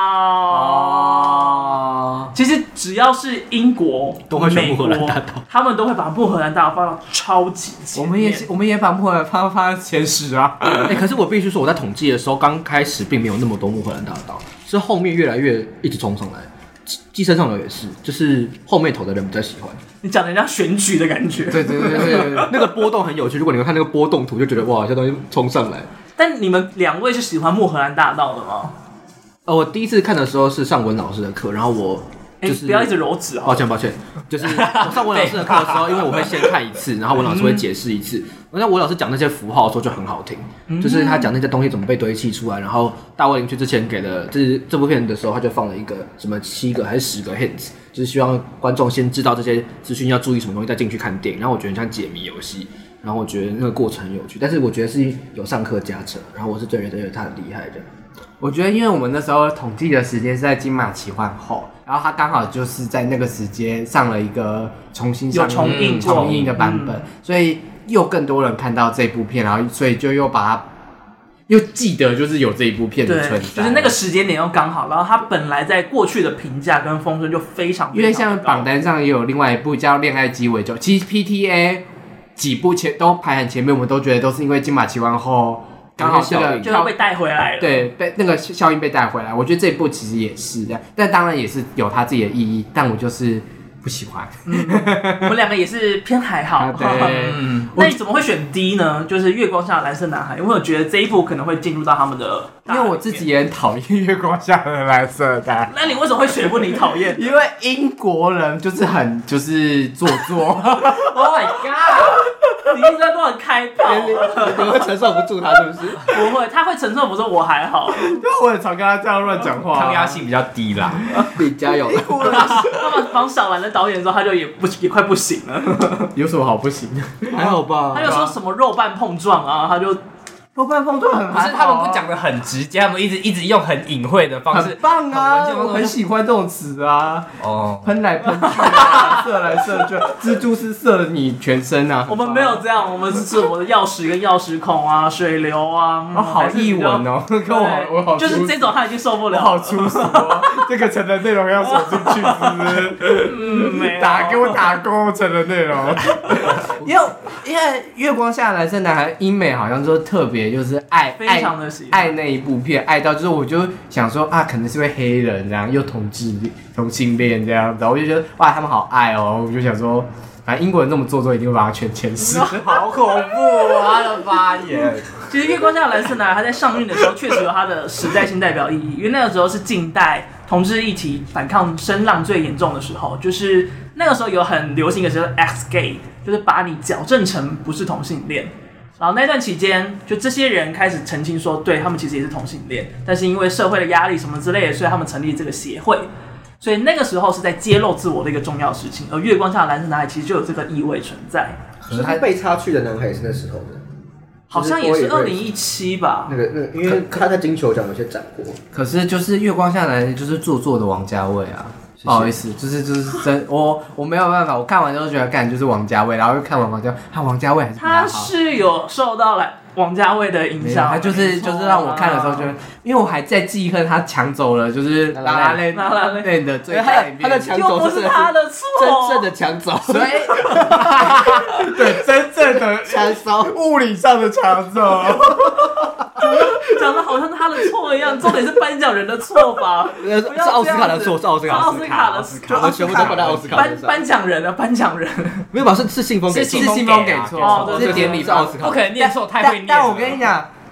哦， 其实只要是英国、 都会选木荷兰大道美国，他们都会把木荷兰大道放到超级前面。 我们也把木荷兰放在前10啊。 可是我必须说，我在统计的时候，刚开始并没有那么多木荷兰大道，是后面越来越一直冲上来。寄生上流也是，就是后面投的人比较喜欢。 你讲人家选举的感觉。 对， 那个波动很有趣。如果你们看那个波动图，就觉得哇，这东西冲上来。 但你们2位是喜欢木荷兰大道的吗？ 我第一次看的时候是上文老师的课，然后我就是不要一直揉纸哦。 抱歉，就是我上文老师的课的时候，因为我会先看一次，然后文老师会解释一次。那文老师讲那些符号的时候就很好听，就是他讲那些东西怎么被堆砌出来。然后大卫林区之前给的这部片的时候，他就放了一个什么7个还是10个 hints， 就是希望观众先知道这些资讯要注意什么东西，再进去看电影。然后我觉得像解谜游戏。然后我觉得那个过程很有趣，但是我觉得是有上课加成，然后我是觉得他很厉害的。 我觉得因为我们那时候统计的时间是在金马奇幻后，然后他刚好就是在那个时间上了一个重新上重映的版本，所以又更多人看到这部片，然后所以就又把它又记得就是有这一部片的存在， 就是那个时间点又刚好，然后他本来在过去的评价跟风声就非常因为像榜单上也有另外一部叫《恋爱鸡尾酒》，其实 PTA。几部都排很前面，我们都觉得都是因为金马奇幻后刚好这个就被带回来了， 对，被那个效应被带回来。我觉得这一部其实也是这样，但当然也是有它自己的意义，但我就是不喜欢。 我们2个也是偏还好。 对， 那你怎么会选 D 呢？就是月光下的蓝色男孩，因为我觉得这一部可能会进入到他们的， 因为我自己也很讨厌月光下的蓝色男孩。 那你为什么会选一部你讨厌？ 因为英国人就是很做作。 Oh my god！ 你一直在乱开炮， 你会承受不住他是不是？ 不会，他会承受不住，我还好。 因为我很常跟他这样乱讲话， 抗压性比较低啦。 你加油！ 他们帮小兰的导演的时候，他就也快不行了。 有什么好不行的？ 还好吧？ 他就说什么肉瓣碰撞啊，他就肉瓣碰撞很不是他们不讲的很直接，他们一直用很隐晦的方式， 很棒啊！我很喜欢这种词啊。 哦， 喷来喷去啊，射来射去，蜘蛛是射了你全身啊。 我们没有这样，我们是我的钥匙跟钥匙孔啊，水流啊。 好译文哦，跟我好就是这种他已经受不了， 好粗俗哦。这个成人内容要锁进去，是不是？ 没有。 给我打勾成人内容。因为月光下的蓝色男孩英美好像说特别就是非常的喜欢爱那一部片，爱到就是我就想说啊，可能是因为黑人这样又同性恋这样子，我就觉得哇，他们好爱哦，我就想说。反正英国人这么做作，一定会把它全前10。 好恐怖啊！他的发言。 其实《月光下的蓝色男孩》他在上映的时候，确实有他的时代性代表意义，因为那个时候是近代同志议题反抗声浪最严重的时候，就是那个时候有很流行的时候 X gay， 就是把你矫正成不是同性恋。然后那段期间，就这些人开始澄清说，对他们其实也是同性恋，但是因为社会的压力什么之类的，所以他们成立这个协会。所以那个时候是在揭露自我的一个重要事情，而月光下的蓝色男孩其实就有这个意味存在。 可是他被插去的男孩也是那时候的， 好像也是2017吧。 那个，因为他在金球奖有些斩获。 可是就是月光下来就是做作的王家卫啊。不好意思，就是真我没有办法，我看完之后觉得干就是王家卫，然后又看完王家卫，王家卫还是比较好。 他是有受到王家卫的影响， 他就是让我看的时候就，因为我还在记恨他抢走了就是拉拉链的最佳影片， 他的抢走又不是他的错， 真正的抢走， 所以对真正的抢走， 物理上的抢走。 讲的好像他的错一样，重点是颁奖人的错吧？ 是奥斯卡的错，是奥斯卡的错，我们全部都放在奥斯卡身上。 颁奖人啊，颁奖人没有吧？是信封给错， 是信封给错， 对是典礼是奥斯卡， 不可能念错，太会念了。 但我跟你讲，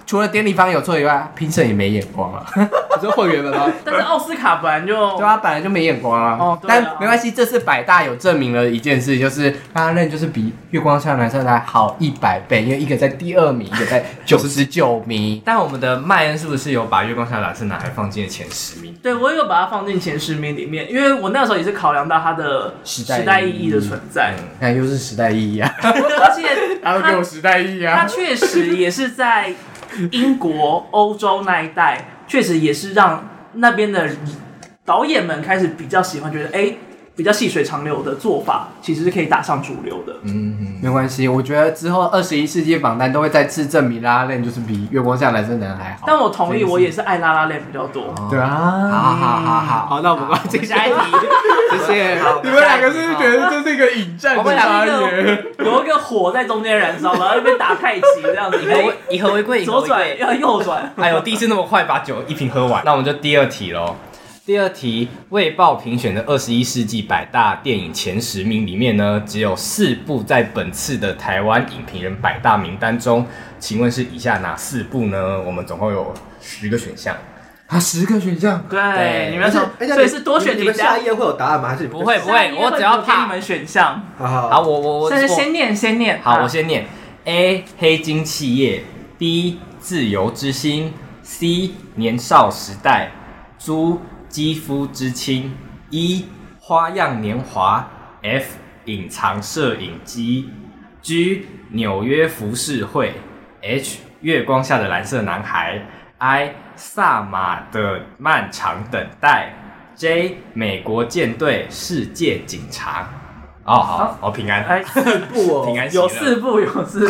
除了典礼方有错以外，评审也没眼光啊。 你说会员们吗？ 但是奥斯卡本来就对啊，本来就没眼光啊。 哦对啊但没关系，这次百大有证明了一件事，就是拉拉链就是比月光下的蓝色男孩好100倍，因为一个在第2名，一个在99名。 但我们的麦恩是不是有把月光下的蓝色男孩放进了前10名？ 对，我有把它放进前10名里面，因为我那时候也是考量到它的时代意义的存在， 看又是时代意义啊， 而且然后给我时代意义它啊。 确实也是在英国、欧洲那一带，确实也是让那边的导演们开始比较喜欢，觉得比较细水长流的做法，其实是可以打上主流的。 没关系，我觉得之后21世纪榜单都会再次证明拉拉链就是比月光下蓝色男孩好。 但我同意，我也是爱拉拉链比较多。 对啊，好， 好，那我们关注下一题，谢谢。 你们两个是不是觉得这是一个引战的差异？ 有一个火在中间燃烧，然后一边打太极这样子， 以和为贵， 左转要右转。 哎呦，第一次那么快把酒一瓶喝完，那我们就第2题喽。第2题，卫报评选的21世纪百大电影前10名里面呢，只有4部在本次的台湾影评人百大名单中，请问是以下哪4部呢？我们总共有10个选项。 啊，10个选项。 对，你们所以是多选题。 你们下一页会有答案吗？还是不会，我只要给你们选项。 好，我但是先念。 好，我先念。A. 黑金企业 B. 自由之心 C. 年少时代 D. 肌肤之亲 E. 花样年华 F. 隐藏摄影机 G. 纽约浮世绘 H. 月光下的蓝色男孩 I. 萨马的漫长等待 J. 美国舰队世界警察。好，平安。 4部哦， 平安喜乐有4部。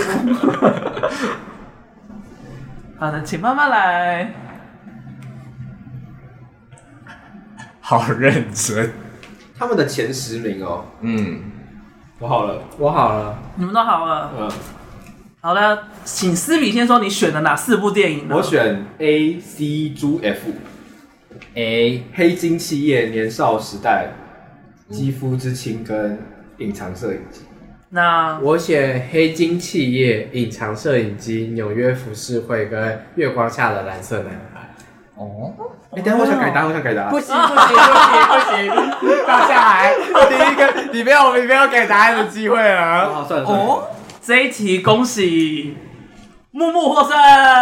好的，请慢慢来。 好认真。 他们的前10名哦。 我好了， 你们都好了。好的，请思比先说，你选了哪4部电影呢？ 我选 A、C、猪 F。A 黑金企业、年少时代、肌肤之亲跟隐藏摄影机。 那我选黑金企业、隐藏摄影机、纽约浮世绘跟月光下的蓝色男孩。 等一下我想改答案。 不行，放下来。第一个，你没有给答案的机会了。 好，算了。 这一题恭喜木木获胜。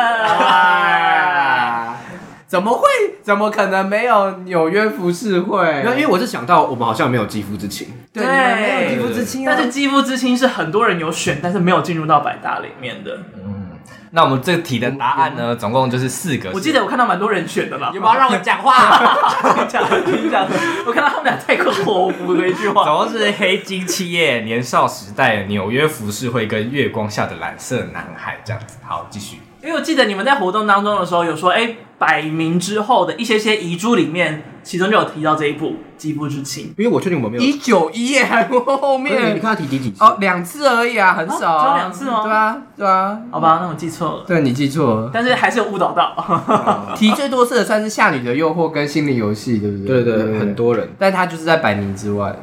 怎么可能没有纽约浮世绘？ 因为我是想到我们好像没有肌肤之情。 对，你们没有肌肤之亲啊。 但是肌肤之亲是很多人有选，但是没有进入到百大里面的。 那我们这题的答案呢，总共就是4个。 我记得我看到蛮多人选的啦。 有没有让我讲话？ 你讲，我看到他们俩太刻薄，我补了一句话。 总共是黑金企业、年少时代、纽约浮世绘跟月光下的蓝色男孩这样子。好，继续。 因为我记得你们在活动当中的时候有说，100名之后的一些遗珠里面，其中就有提到这一部《肌肤之亲》。 因为我确定我们没有 191耶，还不后面。 你看他提第几次 ？2次而已啊，很少。 只有2次吗？ 对啊。 好吧，那我记错了。 对，你记错了。 但是还是有误导到。 提最多次的算是《夏女的诱惑》跟《心灵游戏》，对不对？ 对，很多人。 但他就是在100名之外的。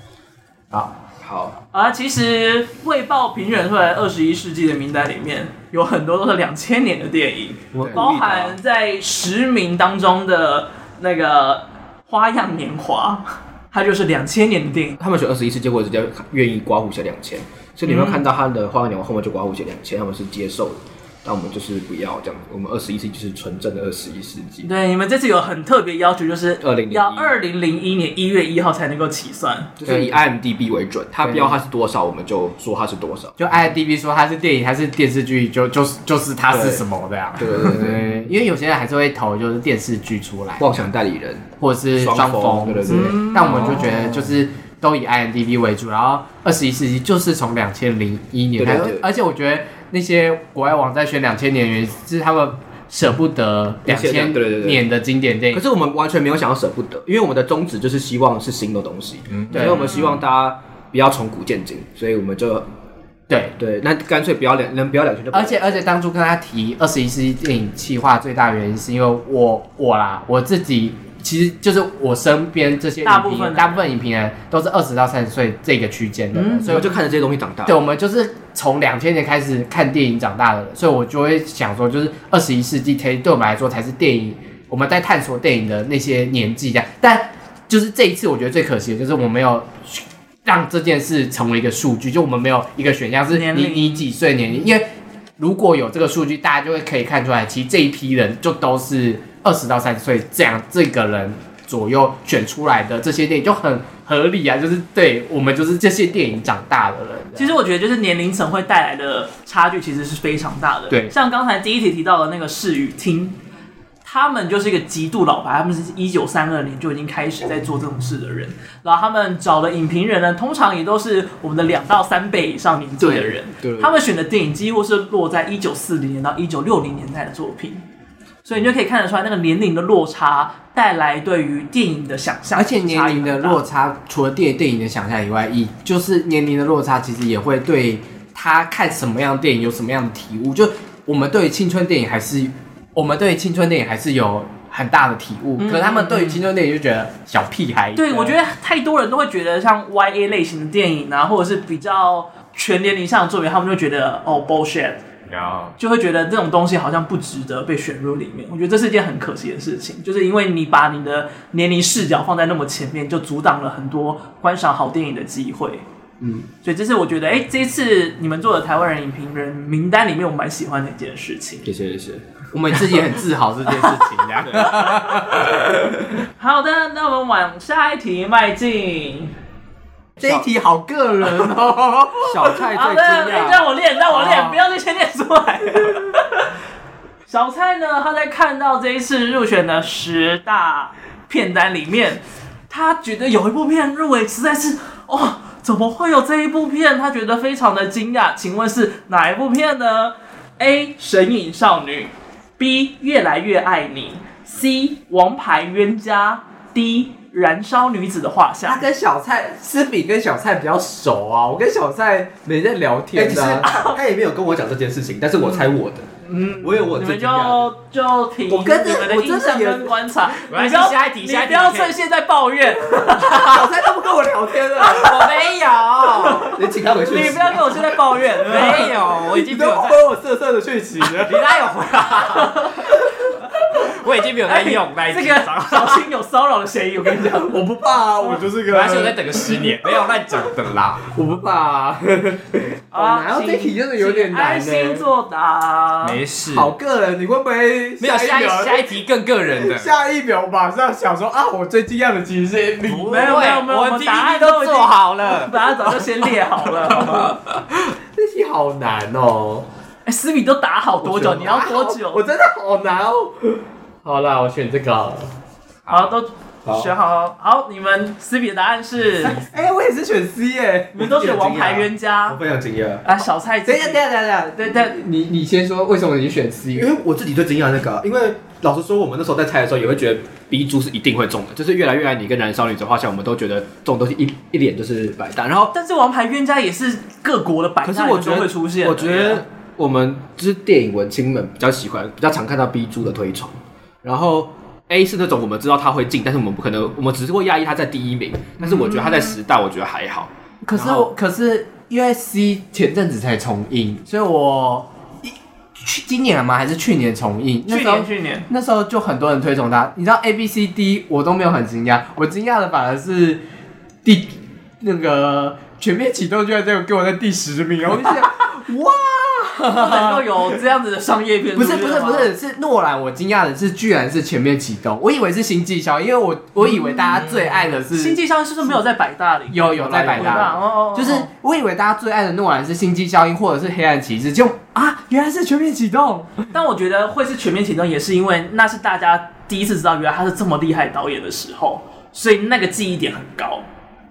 好。 其实卫报评选出来21世纪的名单里面，有很多都是2000年的电影，包含在10名当中的那个《花样年华》，它就是2000年的电影。 他们选21世纪，或者是愿意刮胡写2000，所以你有没有看到他的《花样年华》后面就刮胡写2000，他们是接受的。但我们就是不要这样，我们21世纪就是纯正的21世纪。 对，你们这次有很特别要求，就是 2001 要2001年1月1号才能够起算， 就是以 IMDB 为准，他标它是多少，我们就说它是多少。 就 IMDB 说它是电影还是电视剧，就是它是什么的呀？对，因为有些人还是会投就是电视剧出来， 妄想代理人或者是双峰，对。但我们就觉得就是都以 IMDB 为主，然后21世纪就是从2001年开始，而且我觉得那些国外网站选2000年的原因是他们舍不得2000年的经典电影。 可是我们完全没有想要舍不得，因为我们的宗旨就是希望是新的东西，所以我们希望大家不要从古见今，所以我们就对，那干脆不要能不要2000就不要。 而且当初跟他提21世纪电影企划最大的原因是因为我自己其实就是我身边这些大部分影评人都是20到30岁这个区间的人，所以我就看着这些东西长大。 对，我们就是从2000年开始看电影长大的人，所以我就会想说，就是21世纪对我们来说才是电影，我们在探索电影的那些年纪这样。但就是这一次，我觉得最可惜的就是我们没有让这件事成为一个数据，就我们没有一个选项是你几岁年龄，因为如果有这个数据，大家就会可以看出来，其实这一批人就都是20到30岁这个人左右选出来的这些电影就很合理啊，就是对我们就是这些电影长大的人。 其实我觉得就是年龄层会带来的差距其实是非常大的。 对， 像刚才第一题提到的那个视与听，他们就是一个极度老牌，他们是1932年就已经开始在做这种事的人，然后他们找的影评人呢，通常也都是我们的2到3倍以上年纪的人， 对， 他们选的电影几乎是落在1940年到1960年代的作品。所以你就可以看得出来，那个年龄的落差带来对于电影的想象， 而且年龄的落差，除了电影的想象以外，就是年龄的落差，其实也会对他看什么样的电影有什么样的体悟。就我们对于青春电影还是有很大的体悟，可是他们对于青春电影就觉得小屁孩。 对，我觉得太多人都会觉得像 YA 类型的电影啊，或者是比较全年龄上的作品，他们就觉得哦 bullshit。就会觉得这种东西好像不值得被选入里面，我觉得这是一件很可惜的事情，就是因为你把你的年龄视角放在那么前面，就阻挡了很多观赏好电影的机会。所以这是我觉得，这一次你们做的台湾人影评人名单里面，我蛮喜欢的一件事情。 谢谢， 我们自己也很自豪这件事情。 好的，那我们往下一题迈进。 这一题好个人哦， 小蔡最惊讶。 让我练，不要先念出来。小蔡呢，他在看到这一次入选的10大片单里面，他觉得有一部片入围实在是怎么会有这一部片？他觉得非常的惊讶。请问是哪一部片呢 ？A. 神隐少女 B. 越来越爱你 C. 王牌冤家 D. 燃烧女子的画像。 他跟小蔡，思比跟小蔡比较熟啊，我跟小蔡没在聊天的， 他也没有跟我讲这件事情，但是我猜我的。我有我你们就凭我跟你们的印象跟观察， 你下一题， 你不要趁现在抱怨。 小蔡都不跟我聊天了， 我没有， 你请他回去。 你不要跟我现在抱怨， 没有，我已经没有都回我色色的讯息了， 你哪有回啊？我已经没有在用那一这个小心有骚扰的嫌疑，我跟你讲。 我不怕啊，我就是个。 没关系，我再等个10年，没有乱讲的啦。 我不怕啊。然后这题真的有点难呢。 星座答。 没事。 好个人，你会不会没有下一题更个人的？ 下一秒马上想说啊，我最惊讶的其实是你。 没有，我们答案都做好了， 答案早就先列好了。 这题好难哦。 思比都打好多久？你要多久？ 我真的好难哦。好啦，我选这个好了。 好，都选好了。好，你们思比的答案是？ 我也是选 C 耶。 你们都选王牌冤家。 我非常惊讶。 啊，小蔡。 等一下，对，你先说为什么你选 C？ 因为我自己最惊讶那个，因为老实说，我们那时候在猜的时候也会觉得 B 猪是一定会中的，就是越来越爱你跟燃烧女子画像，我们都觉得这种东西一脸就是百大。然后， 但是王牌冤家也是各国的百大人都会出现。 我觉得我们就是电影文青们比较喜欢，比较常看到 B 猪的推崇。然后 A 是那种我们知道他会进，但是我们不可能，我们只是会压抑他在第1名。但是我觉得他在10大，我觉得还好。 可是因为 C 前阵子才重映，所以我今年吗？还是去年重映？ 去年那时候就很多人推崇他。你知道 A、B、C、D 我都没有很惊讶，我惊讶的反而是那个全面启动居然给我在第10名，我就想哇。 能够有这样子的商业片， 不是，是诺兰。我惊讶的是，居然是全面启动。我以为是星际效应，因为我以为大家最爱的是星际效应，是不是没有在百大里？ 有在百大，就是我以为大家最爱的诺兰是星际效应或者是黑暗骑士，就原来是全面启动。 但我觉得会是全面启动，也是因为那是大家第一次知道原来他是这么厉害的导演的时候，所以那个记忆点很高。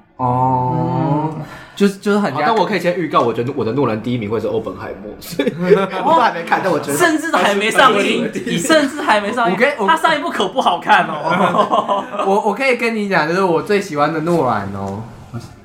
就是很。 但我可以先预告，我觉得我的诺兰第1名会是欧本海默，我都还没看，但我觉得甚至还没上映，他上一部可不好看哦。 我可以跟你讲，就是我最喜欢的诺兰哦。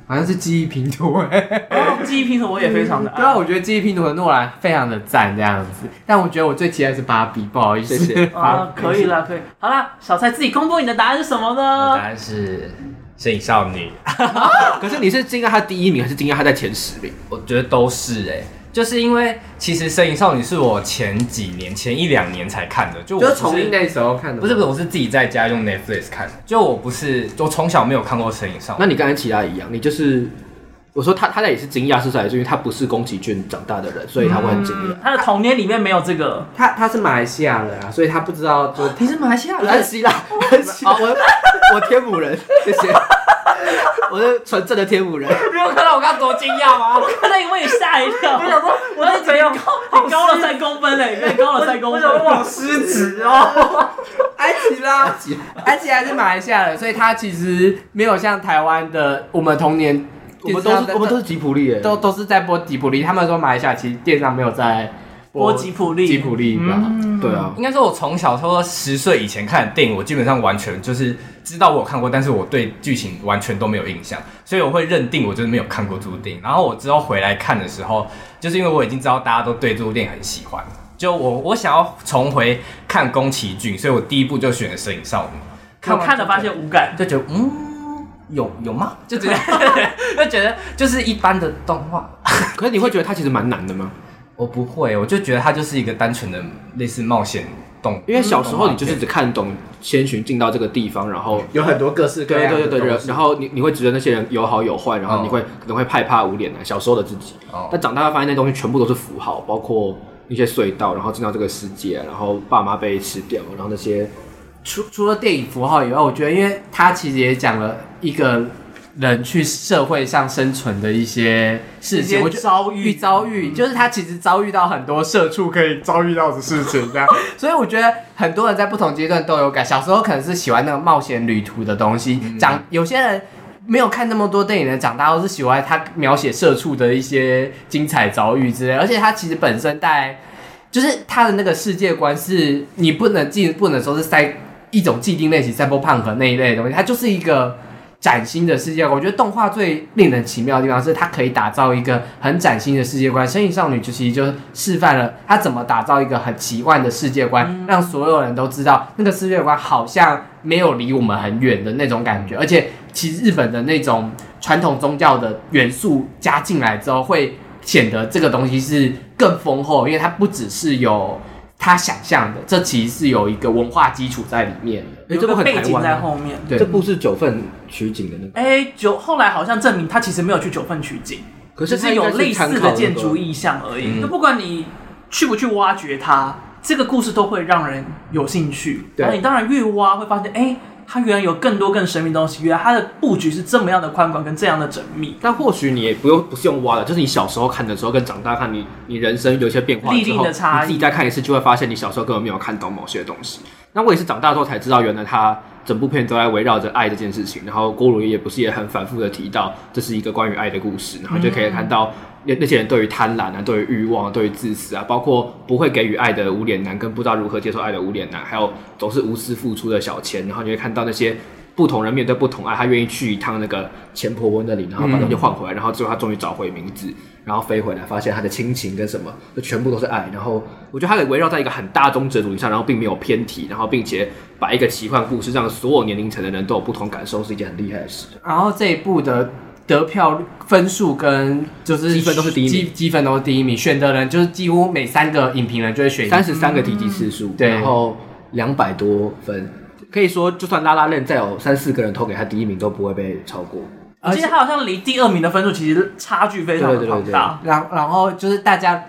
好像是记忆拼图记忆拼图我也非常的爱。 对啊，我觉得记忆拼图的诺兰非常的赞这样子，但我觉得我最期待的是芭比，不好意思。 谢谢可以啦，可以。好啦，小蔡自己公布你的答案是什么我呢？ 答案是摄影少女。 可是你是惊讶他第1名，还是惊讶他在前10名？ 我觉得都是就是因为其实《摄影少女》是我前1-2年才看的，就我就是从那时候看的， 不是，我是自己在家用 Netflix 看的，就我从小没有看过《摄影少女》。 那你刚才其他一样，你就是我说他也是惊讶，是在于因为他不是宫崎骏长大的人，所以他会很惊讶。 他的童年里面没有这个。 他是马来西亚人啊，所以他不知道就你是马来西亚人？ 很希腊，我天母人，谢谢。我是纯正的天母人。 你有看到我刚刚多惊讶吗？ 我看到因为你吓一跳，我想说，我在怎样？你高了3公分嘞，你高了3公分， 好失职哦！ 埃及还是马来西亚人，所以他其实没有像台湾的我们童年， 我们都是吉普力耶， 都是在播吉普力。他们说马来西亚其实电上没有在播吉普力， 吧？ 对啊， 应该说，我从小差不多10岁以前看的电影，我基本上完全就是知道我有看过，但是我对剧情完全都没有印象，所以我会认定我就是没有看过这部电影。然后我之后回来看的时候，就是因为我已经知道大家都对这部电影很喜欢，就我想要重回看宫崎骏，所以我第一部就选了《摄影少女》。 看了发现无感， 就觉得有吗？就觉得就觉得就是一般的动画。 可是你会觉得它其实蛮难的吗？ 我不会，我就觉得它就是一个单纯的类似冒险动， 因为小时候你就是只看懂千寻进到这个地方，然后有很多各式各样的对，然后你会觉得那些人有好有坏，然后你可能会害怕无脸男小时候的自己，但长大会发现那东西全部都是符号，包括一些隧道，然后进到这个世界，然后爸妈被吃掉，然后那些除了电影符号以外，我觉得因为他其实也讲了一个人去社会上生存的一些事情， 一些遭遇， 就是他其实遭遇到很多社畜可以遭遇到的事情，这样。所以我觉得很多人在不同阶段都有感，小时候可能是喜欢那个冒险旅途的东西，有些人没有看那么多电影的，长大都是喜欢他描写社畜的一些精彩遭遇之类，而且他其实本身就是他的那个世界观是你不能说是塞一种既定类型cyberpunk那一类的东西，它就是一个崭新的世界观。我觉得动画最令人奇妙的地方是它可以打造一个很崭新的世界观。《神隐少女》其实就示范了它怎么打造一个很奇幻的世界观，让所有人都知道那个世界观好像没有离我们很远的那种感觉。而且其实日本的那种传统宗教的元素加进来之后，会显得这个东西是更丰厚，因为它不只是有他想象的，这其实是有一个文化基础在里面的。 有个背景在后面。 对， 这部是9份取景的那个。后来好像证明他其实没有去9份取景， 可是只有类似的建筑意象而已。就不管你去不去挖掘它，这个故事都会让人有兴趣。然后你当然越挖会发现，它原来有更多更神秘的东西，原来它的布局是这么样的宽广跟这样的缜密。 但或许你也不是用挖的，就是你小时候看的时候跟长大看你人生有一些变化之后， 历练的差异， 你自己再看一次就会发现你小时候根本没有看懂某些东西。那我也是长大之后才知道，原来他整部片都在围绕着爱这件事情。然后郭鲁也不是也很反复的提到，这是一个关于爱的故事，然后就可以看到那些人对于贪婪啊，对于欲望啊，对于自私啊，包括不会给予爱的无脸男，跟不知道如何接受爱的无脸男，还有总是无私付出的小千，然后你会看到那些不同人面对不同爱，他愿意去一趟那个钱婆婆那里，然后把东西换回来，然后最后他终于找回名字，然后飞回来，发现他的亲情跟什么，就全部都是爱。然后我觉得他可以围绕在一个很大宗旨主题上，然后并没有偏题，然后并且把一个奇幻故事让所有年龄层的人都有不同感受，是一件很厉害的事。 然后这一部的得票分数跟就是积分都是第一名， 积分都是第一名，选的人就是几乎每3个影评人就会选 33个提及次数， 对， 然后200多分。可以说，就算拉拉链再有3-4个人投给他第一名，都不会被超过。 我记得他好像离第2名的分数其实差距非常的庞大。 然后就是大家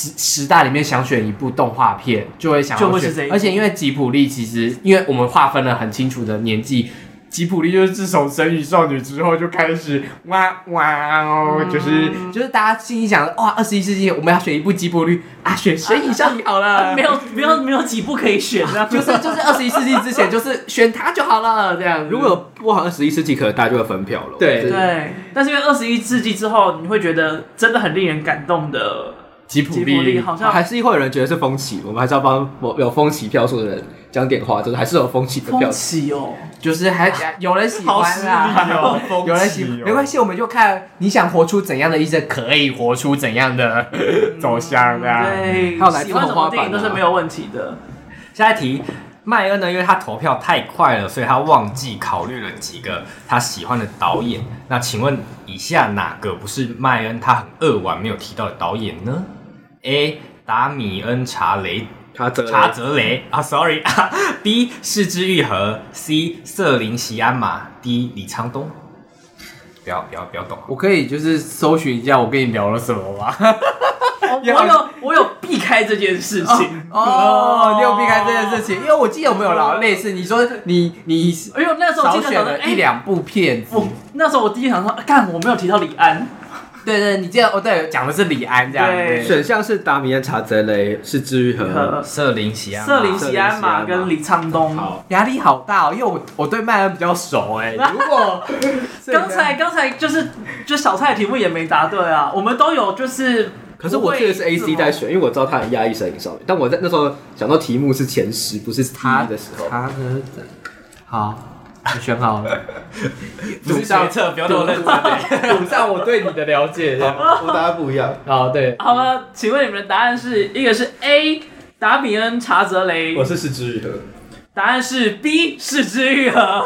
10大里面想选一部动画片，就会想要选，而且因为吉卜力其实因为我们划分了很清楚的年纪。吉卜力就是自从《神隐少女》之后就开始哇哦，就是大家心里想哇，21世纪我们要选一部吉卜力啊，选《神隐少女》好了， 没有几部可以选啊， 就是21世纪之前就是选它就好了这样。 如果有播好21世纪，可能大家就会分票了。 对， 但是因为21世纪之后，你会觉得真的很令人感动的吉普吉卜力好像还是会有人觉得是风起，我们还是要帮有风起票数的人讲点话，就是还是有风起的票风数。 起哦， 就是还有人喜欢啦，有人喜没关系，我们就看你想活出怎样的一生，可以活出怎样的走向的。 对， 还有来自喜欢什么红花板啊电影都是没有问题的。 下一题，麦恩呢，因为他投票太快了，所以他忘记考虑了几个他喜欢的导演。那请问以下哪个不是麦恩他很扼腕没有提到的导演呢 ？A. 达米恩·查泽雷啊 ，sorry 啊。B. 是枝裕和 ，C. 瑟琳·席安玛 ，D. 李沧东。不要懂。 我可以就是搜寻一下我跟你聊了什么吗？ 我有避开这件事情哦，你有避开这件事情，因为我记得我们有聊类似，你说你哎呦，那时候我少选记得了一两部片子， 那时候我第一想说，干，我没有提到李安。 对对，你记得哦，对，讲的是李安这样。 对选项是达米安·查泽雷，是枝裕和， 瑟琳·席安玛， 瑟琳·席安玛跟李沧东。 好， 压力好大哦，因为我对麦恩比较熟哎。如果刚才就小蔡的题目也没答对啊，我们都有就是。 可是我记得是 AC 在选，因为我知道他很压抑摄影少女，但我在那时候想到题目是前10，不是第1的时候。 他的好，我选好了。 不是学测，不要那么认真。 补上我对你的了解。 我答案不一样。 哦，对， 好了，请问你们的答案是一个是 A 达米恩·查泽雷， 我是枝裕和。 答案是 B 是枝裕和。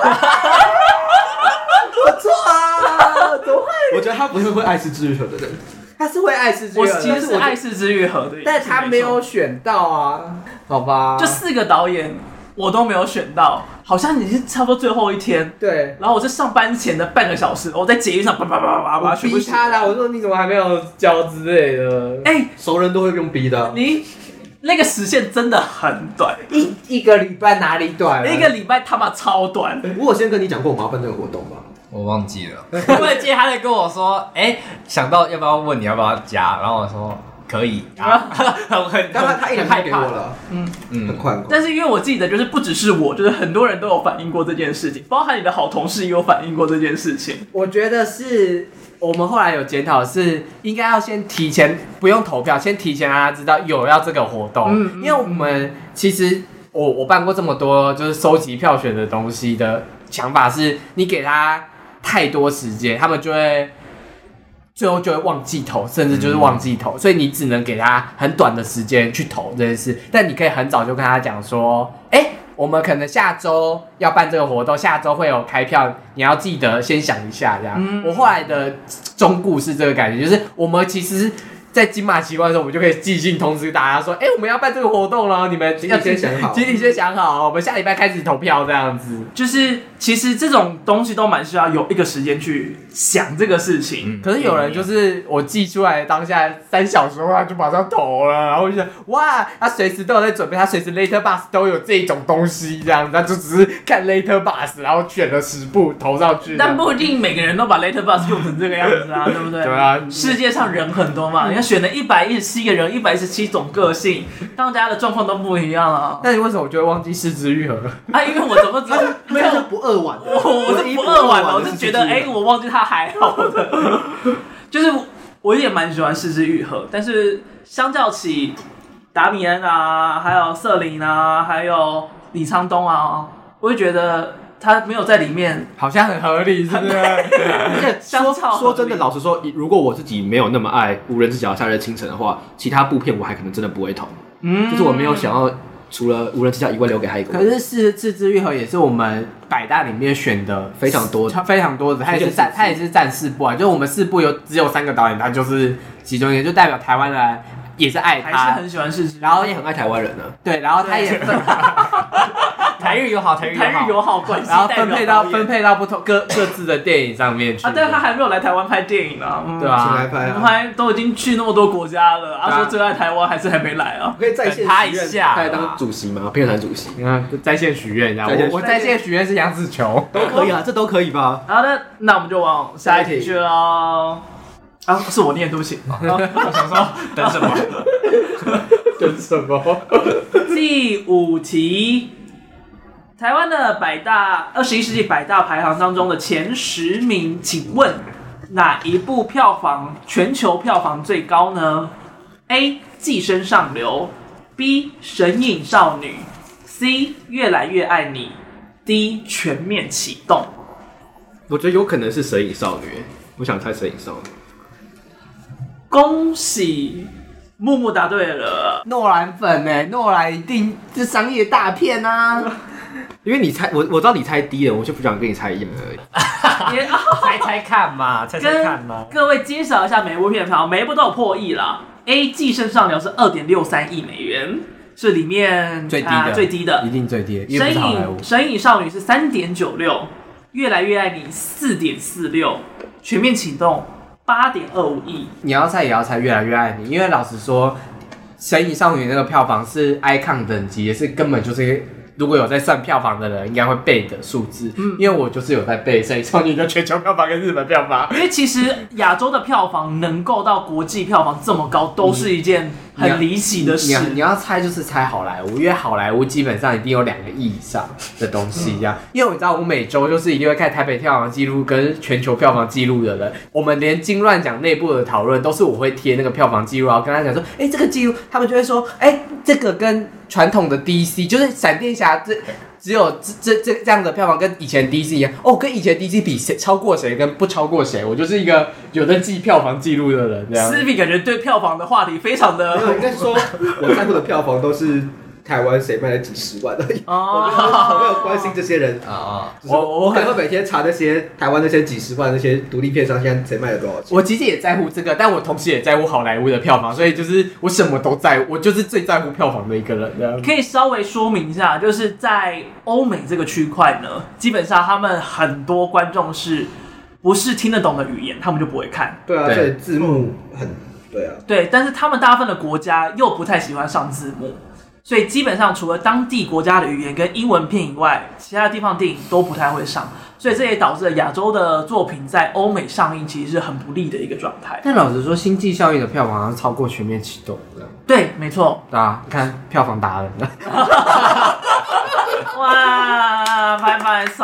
不错啊，怎么会？ 我觉得他不是会爱是枝裕和的人。 他是会爱是枝裕和的， 我其实是爱是枝裕和的， 但他没有选到啊，好吧？ 就4个导演我都没有选到，好像已经差不多最后一天。 对， 然后我是上班前的半个小时，我在捷运上叭叭叭叭把它全部写逼他啦！我说你怎么还没有交之类的？ 哎， 熟人都会用逼的。 你那个时限真的很短， 一个礼拜哪里短？ 一个礼拜他妈超短。 我有先跟你讲过我们要办这个活动吧？ 我忘记了，我记得他在跟我说，想到要不要问你要不要加，然后我说可以啊， 但他一人派给我了，很快。 但是因为我记得就是不只是我，就是很多人都有反映过这件事情，包含你的好同事也有反映过这件事情。 我觉得是我们后来有检讨，是应该要先提前不用投票，先提前让他知道有要这个活动，因为我们其实我办过这么多就是收集票选的东西的想法是，你给他太多时间，他们就会最后就会忘记投，甚至就是忘记投，所以你只能给他很短的时间去投这件事。但你可以很早就跟他讲说，我们可能下周要办这个活动，下周会有开票，你要记得先想一下这样。我后来的忠告是这个感觉，就是我们其实在金马奇观的时候，我们就可以寄信通知大家说，我们要办这个活动了，你们要先想好， 请你先想好，我们下礼拜开始投票这样子。 就是其实这种东西都蛮需要有一个时间去想这个事情。 可是有人就是我寄出来当下3小时后他就马上投了，然后我就想哇，他随时都有在准备，他随时 Letterboxd 都有这种东西这样子，他就只是看 Letterboxd 然后选了10部投上去。 但不一定每个人都把 Letterboxd 用成这个样子啊，对不对？ 对啊， 世界上人很多嘛，你看选了117个人，117种个性，大家的状况都不一样啊。 那你为什么就会忘记是枝裕和？ 因为我怎么知道？ 没有是不扼腕的， 我是不扼腕的，我是觉得我忘记他还好的，就是我也蛮喜欢是枝裕和，但是相较起达米恩啊，还有瑟琳啊，还有李沧东啊，我会觉得他没有在里面， 好像很合理，是不是？ 而且说真的，老实说，如果我自己没有那么爱《无人知晓夏日清晨》的话，其他部片我还可能真的不会投。就是我没有想要除了《无人知晓》以外留给他一个。 可是是枝裕和也是我们100大里面选的非常多的，他也是占4部啊，就我们4部只有3个导演，他就是其中一个，就代表台湾人也是爱他， 还是很喜欢是枝， 然后也很爱台湾人呢。 对，然后他也台日友好，台日友好关系， 然后分配到不同各自的电影上面去啊。但是他还没有来台湾拍电影呢， 对啊， 请来拍啊， 我们还都已经去那么多国家了，说最爱台湾还是还没来啊？ 可以在线他一下， 他来当主席吗？片团主席， 你看在线许愿，这样我在线许愿是杨紫琼， 都可以啊，这都可以吧？ 好的，那我们就往下一题去喽。是我念，对不起。 我想说等什么？ 等什么？ 第5题，台湾的21世纪100大排行当中的前10名，请问哪一部全球票房最高呢 ：A. 寄生上流 ，B. 神隐少女 ，C. 越来越爱你 ，D. 全面启动。 我觉得有可能是神隐少女，我想猜神隐少女。 恭喜木木答对了。 诺兰粉哎，诺兰一定是商业大片啊！ 因为你猜我知道你猜低了，我就不想跟你猜一样而已。 猜猜看嘛，猜猜看嘛。 各位介绍一下每部片票，每一部都有破亿啦。A. 寄生上流是2.63亿美元，是里面最低的， 最低的， 一定最低的。因为不是好莱坞。 神隐少女是3.96，越来越爱你4.46，全面启动8.25亿。 你要猜也要猜越来越爱你，因为老实说，神隐少女那个票房是 icon 等级，也是根本就是。如果有在算票房的人，应该会背的数字。因为我就是有在背，所以少女的全球票房跟日本票房。 因为其实亚洲的票房能够到国际票房这么高，都是一件很离奇的事。 你要猜就是猜好莱坞，因为好莱坞基本上一定有2个亿以上的东西这样。因为我知道我每周就是一定会看台北票房记录跟全球票房记录的人，我们连金乱奖内部的讨论都是我会贴那个票房记录，然后跟他讲说，这个记录，他们就会说，这个跟传统的 DC 就是闪电侠只有这样的票房跟以前 DC 一样跟以前 DC 比谁超过谁跟不超过谁，我就是一个有在记票房记录的人这样。 思比感觉对票房的话题非常的， 没有，应该说我在乎的票房都是台湾谁卖了几十万而已。我没有关心这些人啊。我可能会每天查那些台湾那些几十万那些独立片商现在谁卖了多少钱。 我其实也在乎这个，但我同时也在乎好莱坞的票房，所以就是我什么都在乎，我就是最在乎票房的一个人。 可以稍微说明一下，就是在欧美这个区块呢，基本上他们很多观众是不是听得懂的语言，他们就不会看。 对啊，所以字幕很对啊。 对，但是他们大部分的国家又不太喜欢上字幕。所以基本上除了当地国家的语言跟英文片以外，其他地方电影都不太会上，所以这也导致了亚洲的作品在欧美上映其实是很不利的一个状态。 但老实说，《星际效应》的票房好像超过《全面启动》的。 对，没错。 对啊，你看票房达人。 哇，拍拍手！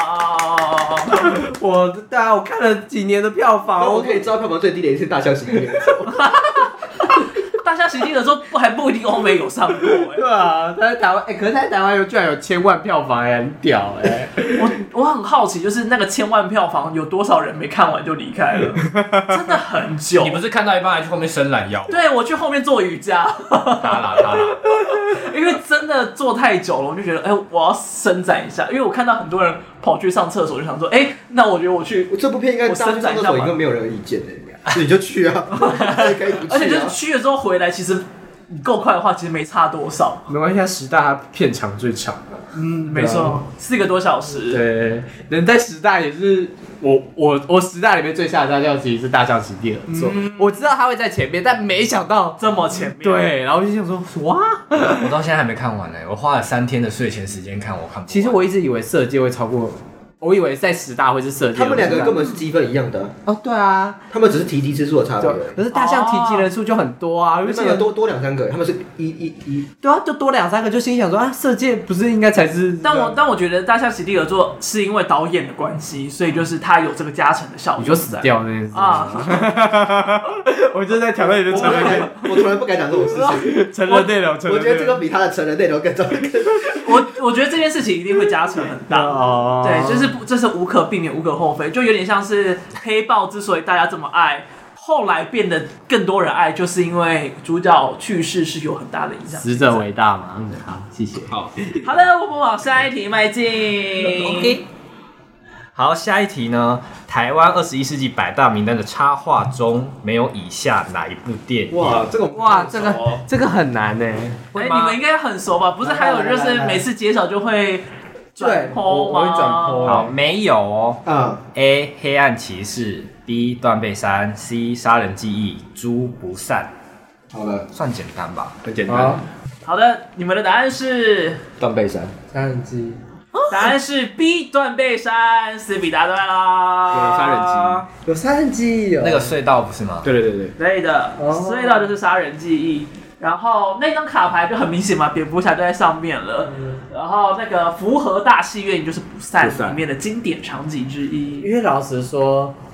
我看了几年的票房， 我可以知道票房最低的一次《大象席地而坐》。 大象席地而坐还不一定欧美有上过对啊，他在台湾可是在台湾居然有1000万票房很屌我很好奇，就是那个1000万票房有多少人没看完就离开了，真的很久。 你不是看到一半还去后面伸懒腰？ 对，我去后面做瑜伽。 他啦， 因为真的坐太久了，我就觉得我要伸展一下，因为我看到很多人跑去上厕所，就想说那我觉得我这部片应该大家去上厕所应该没有人有意见你就去啊，可以不去啊。 而且就是去了之后回来，其实你够快的话，其实没差多少。 没关系，它10大片长最长的。 没错，4个多小时。 对，能在10大也是我10大里面最吓的大叫其实是《大象席地而坐》。我知道他会在前面，但没想到这么前面。 对，然后就想说哇， 我到现在还没看完呢，我花了3天的睡前时间看，我看不完。 其实我一直以为色戒会超过。我以为在10大会是射箭， 他们两个根本是积分一样的。 哦，对啊， 他们只是提及次数的差别。 可是大象提及人数就很多啊， 而且多2-3个，他们是一。 对啊，就多2-3个，就心想说啊，射箭不是应该才是？ 但我觉得大象席地而坐是因为导演的关系，所以就是他有这个加成的效果。 你就死掉那件事啊！我就在挑战你的成人， 我从来不敢讲这种事情。 成人内容， 我觉得这个比他的成人内容更重要。 我觉得这件事情一定会加成很大。对，就是这是无可避免、无可厚非，就有点像是黑豹之所以大家这么爱，后来变得更多人爱，就是因为主角去世是有很大的影响。 死者为大嘛。好，谢谢。 好的，我们往下一题迈进。OK。 好，下一题呢？台湾21世纪百大名单的插画中没有以下哪一部电影？ 哇， 这个很难呢。 你们应该很熟吧？不是还有就是每次揭晓就会转 po 吗？我会转 po。 好，没有哦。A. 黑暗骑士 B. 断背山 C. 杀人记忆诸不散。 好了， 算简单吧？ 很简单。 好的，你们的答案是断背山。 杀人记忆。 答案是 B 断背山，思比答对啦。 有杀人记忆哦， 那个隧道不是吗？ 对， 对的，隧道就是杀人记忆。然后那张卡牌就很明显嘛，蝙蝠侠就在上面了。然后那个福和大戏院就是不散里面的经典场景之一。 因为老实说，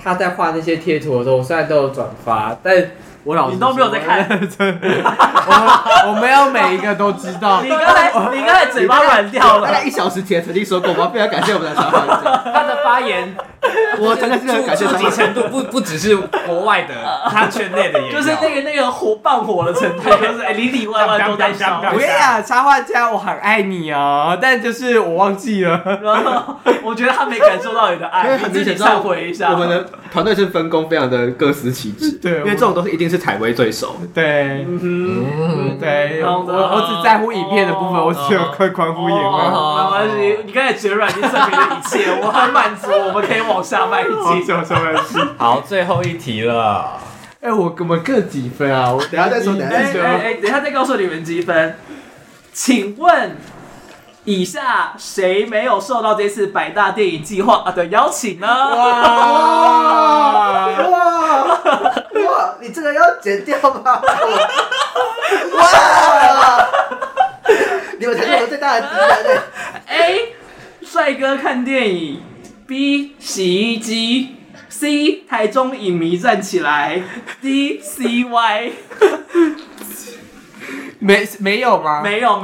他在画那些贴图的时候，我虽然都有转发，但我老实说你都没有在看， 我没有每一个都知道。 你刚才嘴巴软掉了。 大概1小时前曾经说过，我们非常感谢我们的插画家。 他的发言我真的是很感谢触及程度不只是国外的，他圈内的也有就是那个火爆火的程度，就是里里外外都在烧。 我跟你讲，插画家，我很爱你哦，但就是我忘记了。 然后我觉得他没感受到你的爱，你自己忏悔一下。 我们的团队是分工非常的各司其职， 对， 因为这种东西一定是采薇最熟。 对，对，我只在乎影片的部分，我只有宽敷眼望。 没关系，你刚才嘴软已经证明了一切，我很满足，我们可以往下迈进。 好，最后一题了。 我们各几分啊？ 等一下再说，等一下再说。 等一下再告诉你们积分。请问以下谁没有受到这次百大电影计划的邀请呢？ 哇！你这个要剪掉吗？哇！你们才是我最大的敌人。 A. 帅哥看电影 B. 洗衣机 C. 台中影迷站起来 D. CY 没有吗？ 没有。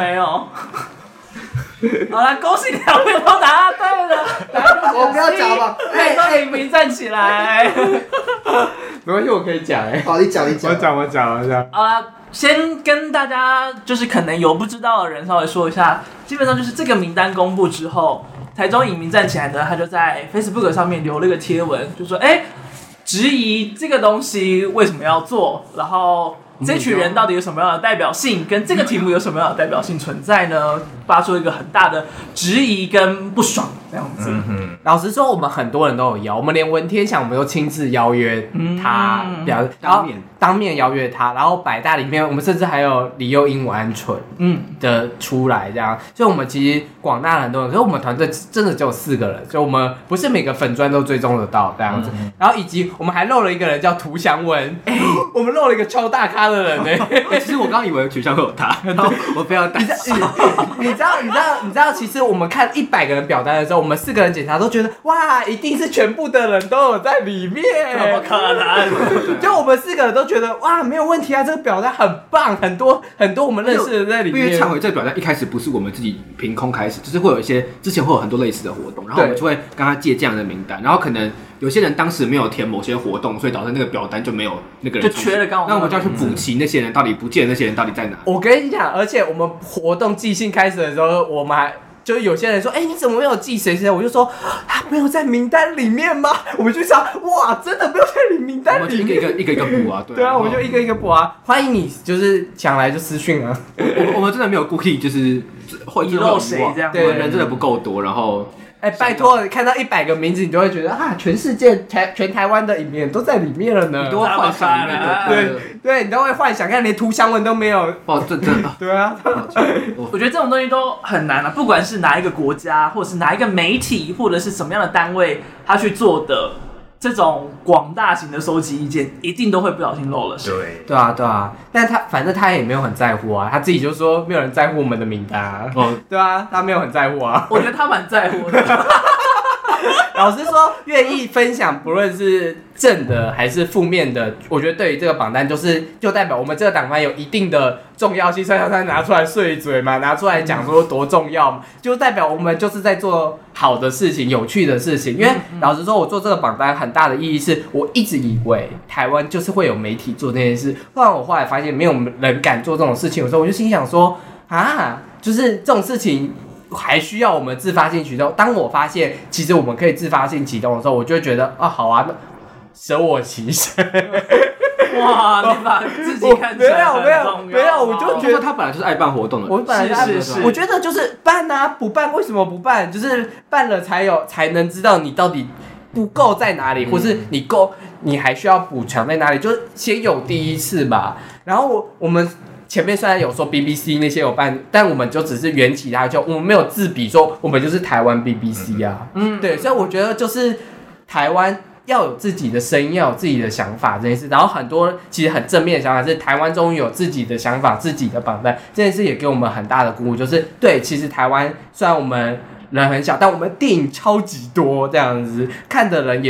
好了，恭喜2位都答对了。 我不要讲吧。 台中影迷站起来。 没关系，我可以讲好，你讲。 我讲。 好了，先跟大家就是可能有不知道的人稍微说一下，基本上就是这个名单公布之后，台中影迷站起来呢，他就在 Facebook 上面留了一个贴文，就说质疑这个东西为什么要做，然后这群人到底有什么样的代表性，跟这个题目有什么样的代表性存在呢？发出一个很大的质疑跟不爽这样子。 老实说，我们很多人都有邀，我们连文天祥我们都亲自邀约他，当面邀约他，然后百大里面我们甚至还有李幼英、王安纯的出来这样，所以我们其实广大很多人，可是我们团队真的只有4个人，所以我们不是每个粉专都追踪得到这样子，然后以及我们还漏了一个人叫涂祥文，我们漏了一个超大咖的人其实我刚以为取消会有他，然后我非常担心。 你知道，其实我们看100个人表单的时候，我们4个人检查都觉得哇，一定是全部的人都有在里面， 怎么可能？ 就我们4个人都觉得哇，没有问题啊，这个表单很棒，很多我们认识的人在里面。 因为忏悔这个表单一开始不是我们自己凭空开始，就是会有一些之前会有很多类似的活动，然后我们就会跟他借这样的名单，然后可能有些人当时没有填某些活动，所以导致那个表单就没有那个人就缺了刚好。 那我们就要去补齐那些人到底不见的那些人到底在哪？ 我跟你讲，而且我们活动即兴开始的时候，我们还。就有些人说，你怎么没有记谁？我就说他没有在名单里面吗？我们就想，哇，真的没有在你名单里面， 我们就一个补啊， 对啊，我们就一个一个补啊。欢迎你，就是想来就私讯啊。 我们真的没有故意就是遗漏谁这样， 对，人真的不够多，然后。 拜托，看到100个名字，你就会觉得啊，全世界全台湾的影片都在里面了呢。 你都会幻想里面的， 对，你都会幻想，看连涂祥文都没有。 哦，这真的。 对啊， 我觉得这种东西都很难啊，不管是哪一个国家，或者是哪一个媒体，或者是什么样的单位，他去做的这种广大型的收集意见，一定都会不小心漏了谁。 对啊，但反正他也没有很在乎啊，他自己就说没有人在乎我们的名单啊。对啊，他没有很在乎啊。 我觉得他蛮在乎的。 老实说，愿意分享，不论是正的还是负面的，我觉得对于这个榜单就代表我们这个党番有一定的重要性，所以他拿出来碎嘴嘛，拿出来讲说多重要嘛，就代表我们就是在做好的事情、有趣的事情。因为老实说，我做这个榜单很大的意义是，我一直以为台湾就是会有媒体做这件事，不然我后来发现没有人敢做这种事情的时候，我就心想说啊，就是这种事情。还需要我们自发性启动。当我发现其实我们可以自发性启动的时候，我就会觉得啊，好啊，舍我其谁。 哇，你把自己看起来很重要。 没有，我就觉得他本来就是爱办活动的。 我本来是，我觉得就是办啊，不办为什么不办？就是办了才能知道你到底不够在哪里，或是你够，你还需要补强在哪里，就是先有第一次吧。然后我们。前面虽然有说 BBC 那些有办，但我们就只是缘起它，我们没有自比说我们就是台湾 BBC 啊，对，所以我觉得就是台湾要有自己的声音，要有自己的想法这件事，然后很多其实很正面的想法是台湾终于有自己的想法、自己的榜单，这件事也给我们很大的鼓舞，就是对，其实台湾虽然我们人很小，但我们电影超级多，这样子看的人也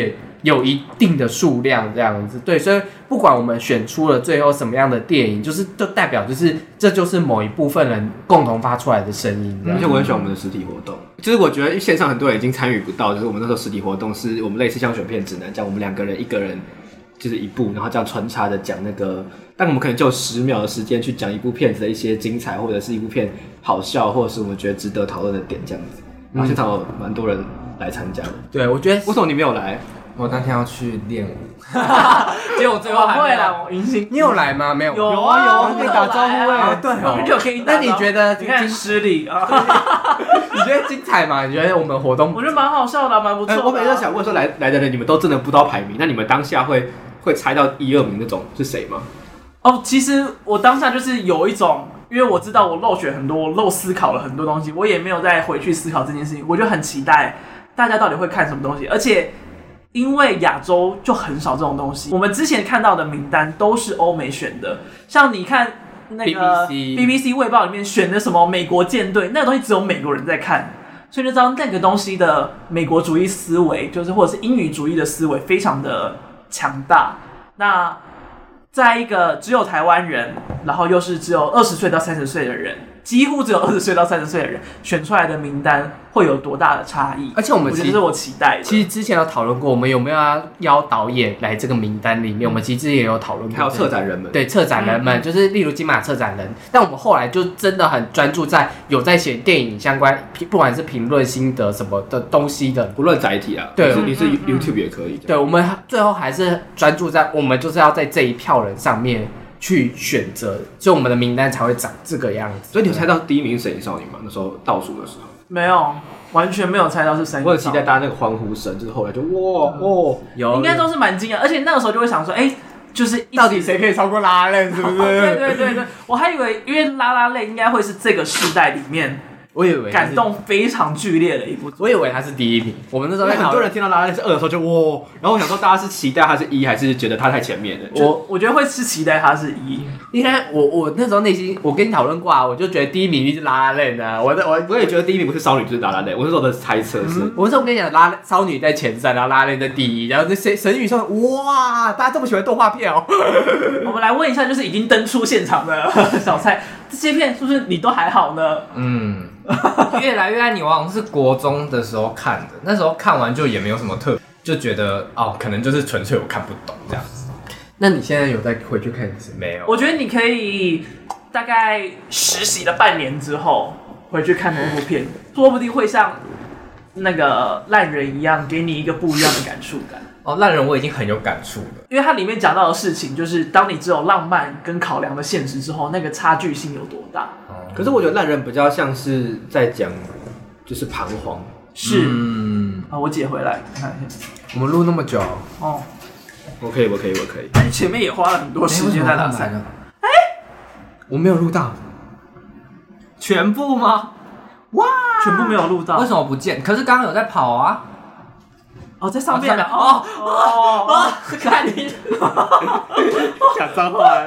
有一定的数量这样子。对，所以不管我们选出了最后什么样的电影，就代表这就是某一部分人共同发出来的声音。 而且我很喜欢我们的实体活动，就是我觉得线上很多人已经参与不到，就是我们那时候实体活动是我们类似像选片指南这样，我们2个人1个人就是一部，然后这样穿插的讲那个，但我们可能就有10秒的时间去讲一部片子的一些精彩，或者是一部片好笑，或者是我们觉得值得讨论的点这样子。然后现场有蛮多人来参加的。 对，我觉得为什么你没有来？ 我那天要去练舞，结果最后还会啦，云星， 你有来吗？没有， 有啊， 可以打招呼哎。对我们就可以打招呼。 那你觉得你看失礼啊？ 你觉得精彩吗？你觉得我们活动？ 我觉得蛮好笑的，蛮不错的。 我每次都想问说来的人，你们都真的不知道排名，那你们当下会猜到1、2名那种是谁吗？ 哦，其实我当下就是有一种，因为我知道我漏选很多，我漏思考了很多东西，我也没有再回去思考这件事情，我就很期待大家到底会看什么东西，而且因为亚洲就很少这种东西，我们之前看到的名单都是欧美选的，像你看那个 BBC 卫报里面选的什么美国舰队，那个东西只有美国人在看，所以就知道那个东西的美国主义思维，就是或者是英语主义的思维非常的强大。那在一个只有台湾人，然后又是只有20岁到30岁的人，几乎只有20岁到30岁的人选出来的名单会有多大的差异？ 而且我觉得是我期待的。 其实之前有讨论过，我们有没有要邀导演来这个名单里面？我们其实之前也有讨论过， 还有策展人们， 对策展人们，就是例如金马策展人。但我们后来就真的很专注在有在写电影相关，不管是评论心得什么的东西的， 不论载体啊， 对， 你是 YouTube 也可以。 对，我们最后还是专注在我们就是要在这一票人上面去选择，所以我们的名单才会长这个样子。 所以你有猜到第1名是神隐少女吗？那时候倒数的时候， 没有，完全没有猜到是神隐少女。 我很期待大家那个欢呼声，就是后来就哇哦， 应该都是蛮惊讶，而且那个时候就会想说，就是到底谁可以超过拉拉链，是不是？ 对，我还以为因为拉拉链应该会是这个世代里面。 我以为感动非常剧烈的一部， 我以为他是第1名。我们那时候很多人听到拉拉链是2的时候就哇，然后我想说大家是期待他是1，还是觉得他太前面了？ 我觉得会是期待他是1， 因为我那时候内心我跟你讨论过啊，我就觉得第1名一定是拉拉链啊，我也觉得第1名不是少女就是拉拉链，我那时候的猜测是， 我跟你讲少女在前3，然后拉拉链在第1，然后那神语说哇，大家这么喜欢动画片哦。 我们来问一下，就是已经登出现场的小蔡，这些片是不是你都还好呢？ 越来越爱你，我好像是国中的时候看的，那时候看完就也没有什么特别，就觉得可能就是纯粹我看不懂这样子。 那你现在有再回去看一次？ 没有。 我觉得你可以大概实习了半年之后回去看那部片，说不定会像那个烂人一样，给你一个不一样的感触感。 烂人我已经很有感触了， 因为它里面讲到的事情，就是当你只有浪漫跟考量的现实之后，那个差距性有多大。 可是我觉得烂人比较像是在讲，就是彷徨。 是，我姐回来看一下。 我们录那么久哦， 我可以。 但是前面也花了很多时间在打赛。 我没有录到， 全部吗？ 哇，全部没有录到， 为什么不见？可是刚刚有在跑啊。 在上面看你讲脏话，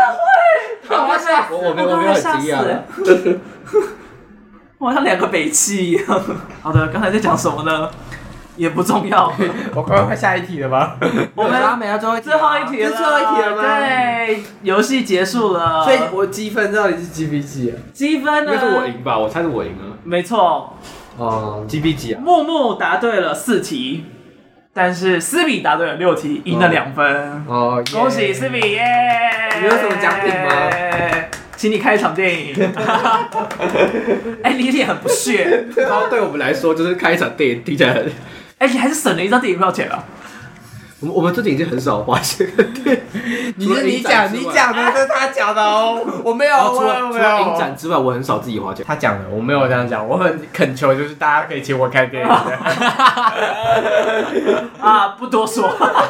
我没有很惊讶， 我像2个北七一样。好的，刚才在讲什么呢？也不重要。 我快下一题了吗？ 我们没有最后一题了， 最后一题了吗？ 对，游戏结束了。 所以我积分到底是几比几啊？ 积分呢？ 应该是我赢吧？我猜是我赢啊。 没错。 几比几啊？ 木木答对了4题。但是斯比答对了6题，赢了2分。恭喜斯比耶！ 你有什么奖品吗？ 请你开一场电影。你脸很不屑。 然后对我们来说，就是开一场电影听起来很…… 你还是省了一张电影票钱啊。 我们最近已经很少花钱了。 你讲的，这是他讲的哦，我没有。 除了影展之外，我很少自己花钱。 他讲的，我没有这样讲，我很恳求，就是大家可以请我看电影的。 不多说。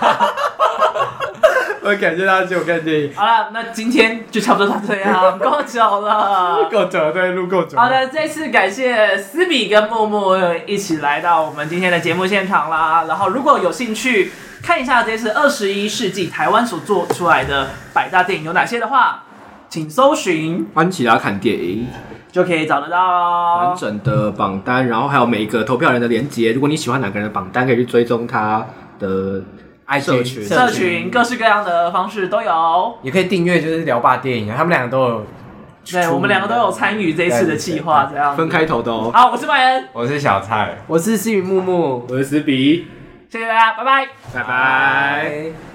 我感谢大家请我看电影。 好了，那今天就差不多到这样，够久了， 够久了，对，录够久。 好的，这次感谢斯比跟木木一起来到我们今天的节目现场啦。然后，如果有兴趣看一下这次21世纪台湾所做出来的100大电影有哪些的话，请搜寻安琪拉看电影就可以找得到咯。 完整的榜单，然后还有每一个投票人的连结。如果你喜欢哪个人的榜单，可以去追踪他的 IG 社群各式各样的方式都有。 也可以订阅，就是聊吧电影啊，他们两个都有。 对，我们两个都有参与这一次的企划，这样分开头的哦。 好，我是麦恩， 我是小蔡， 我是西云木木， 我是史比， 谢谢大家，拜拜。 拜拜。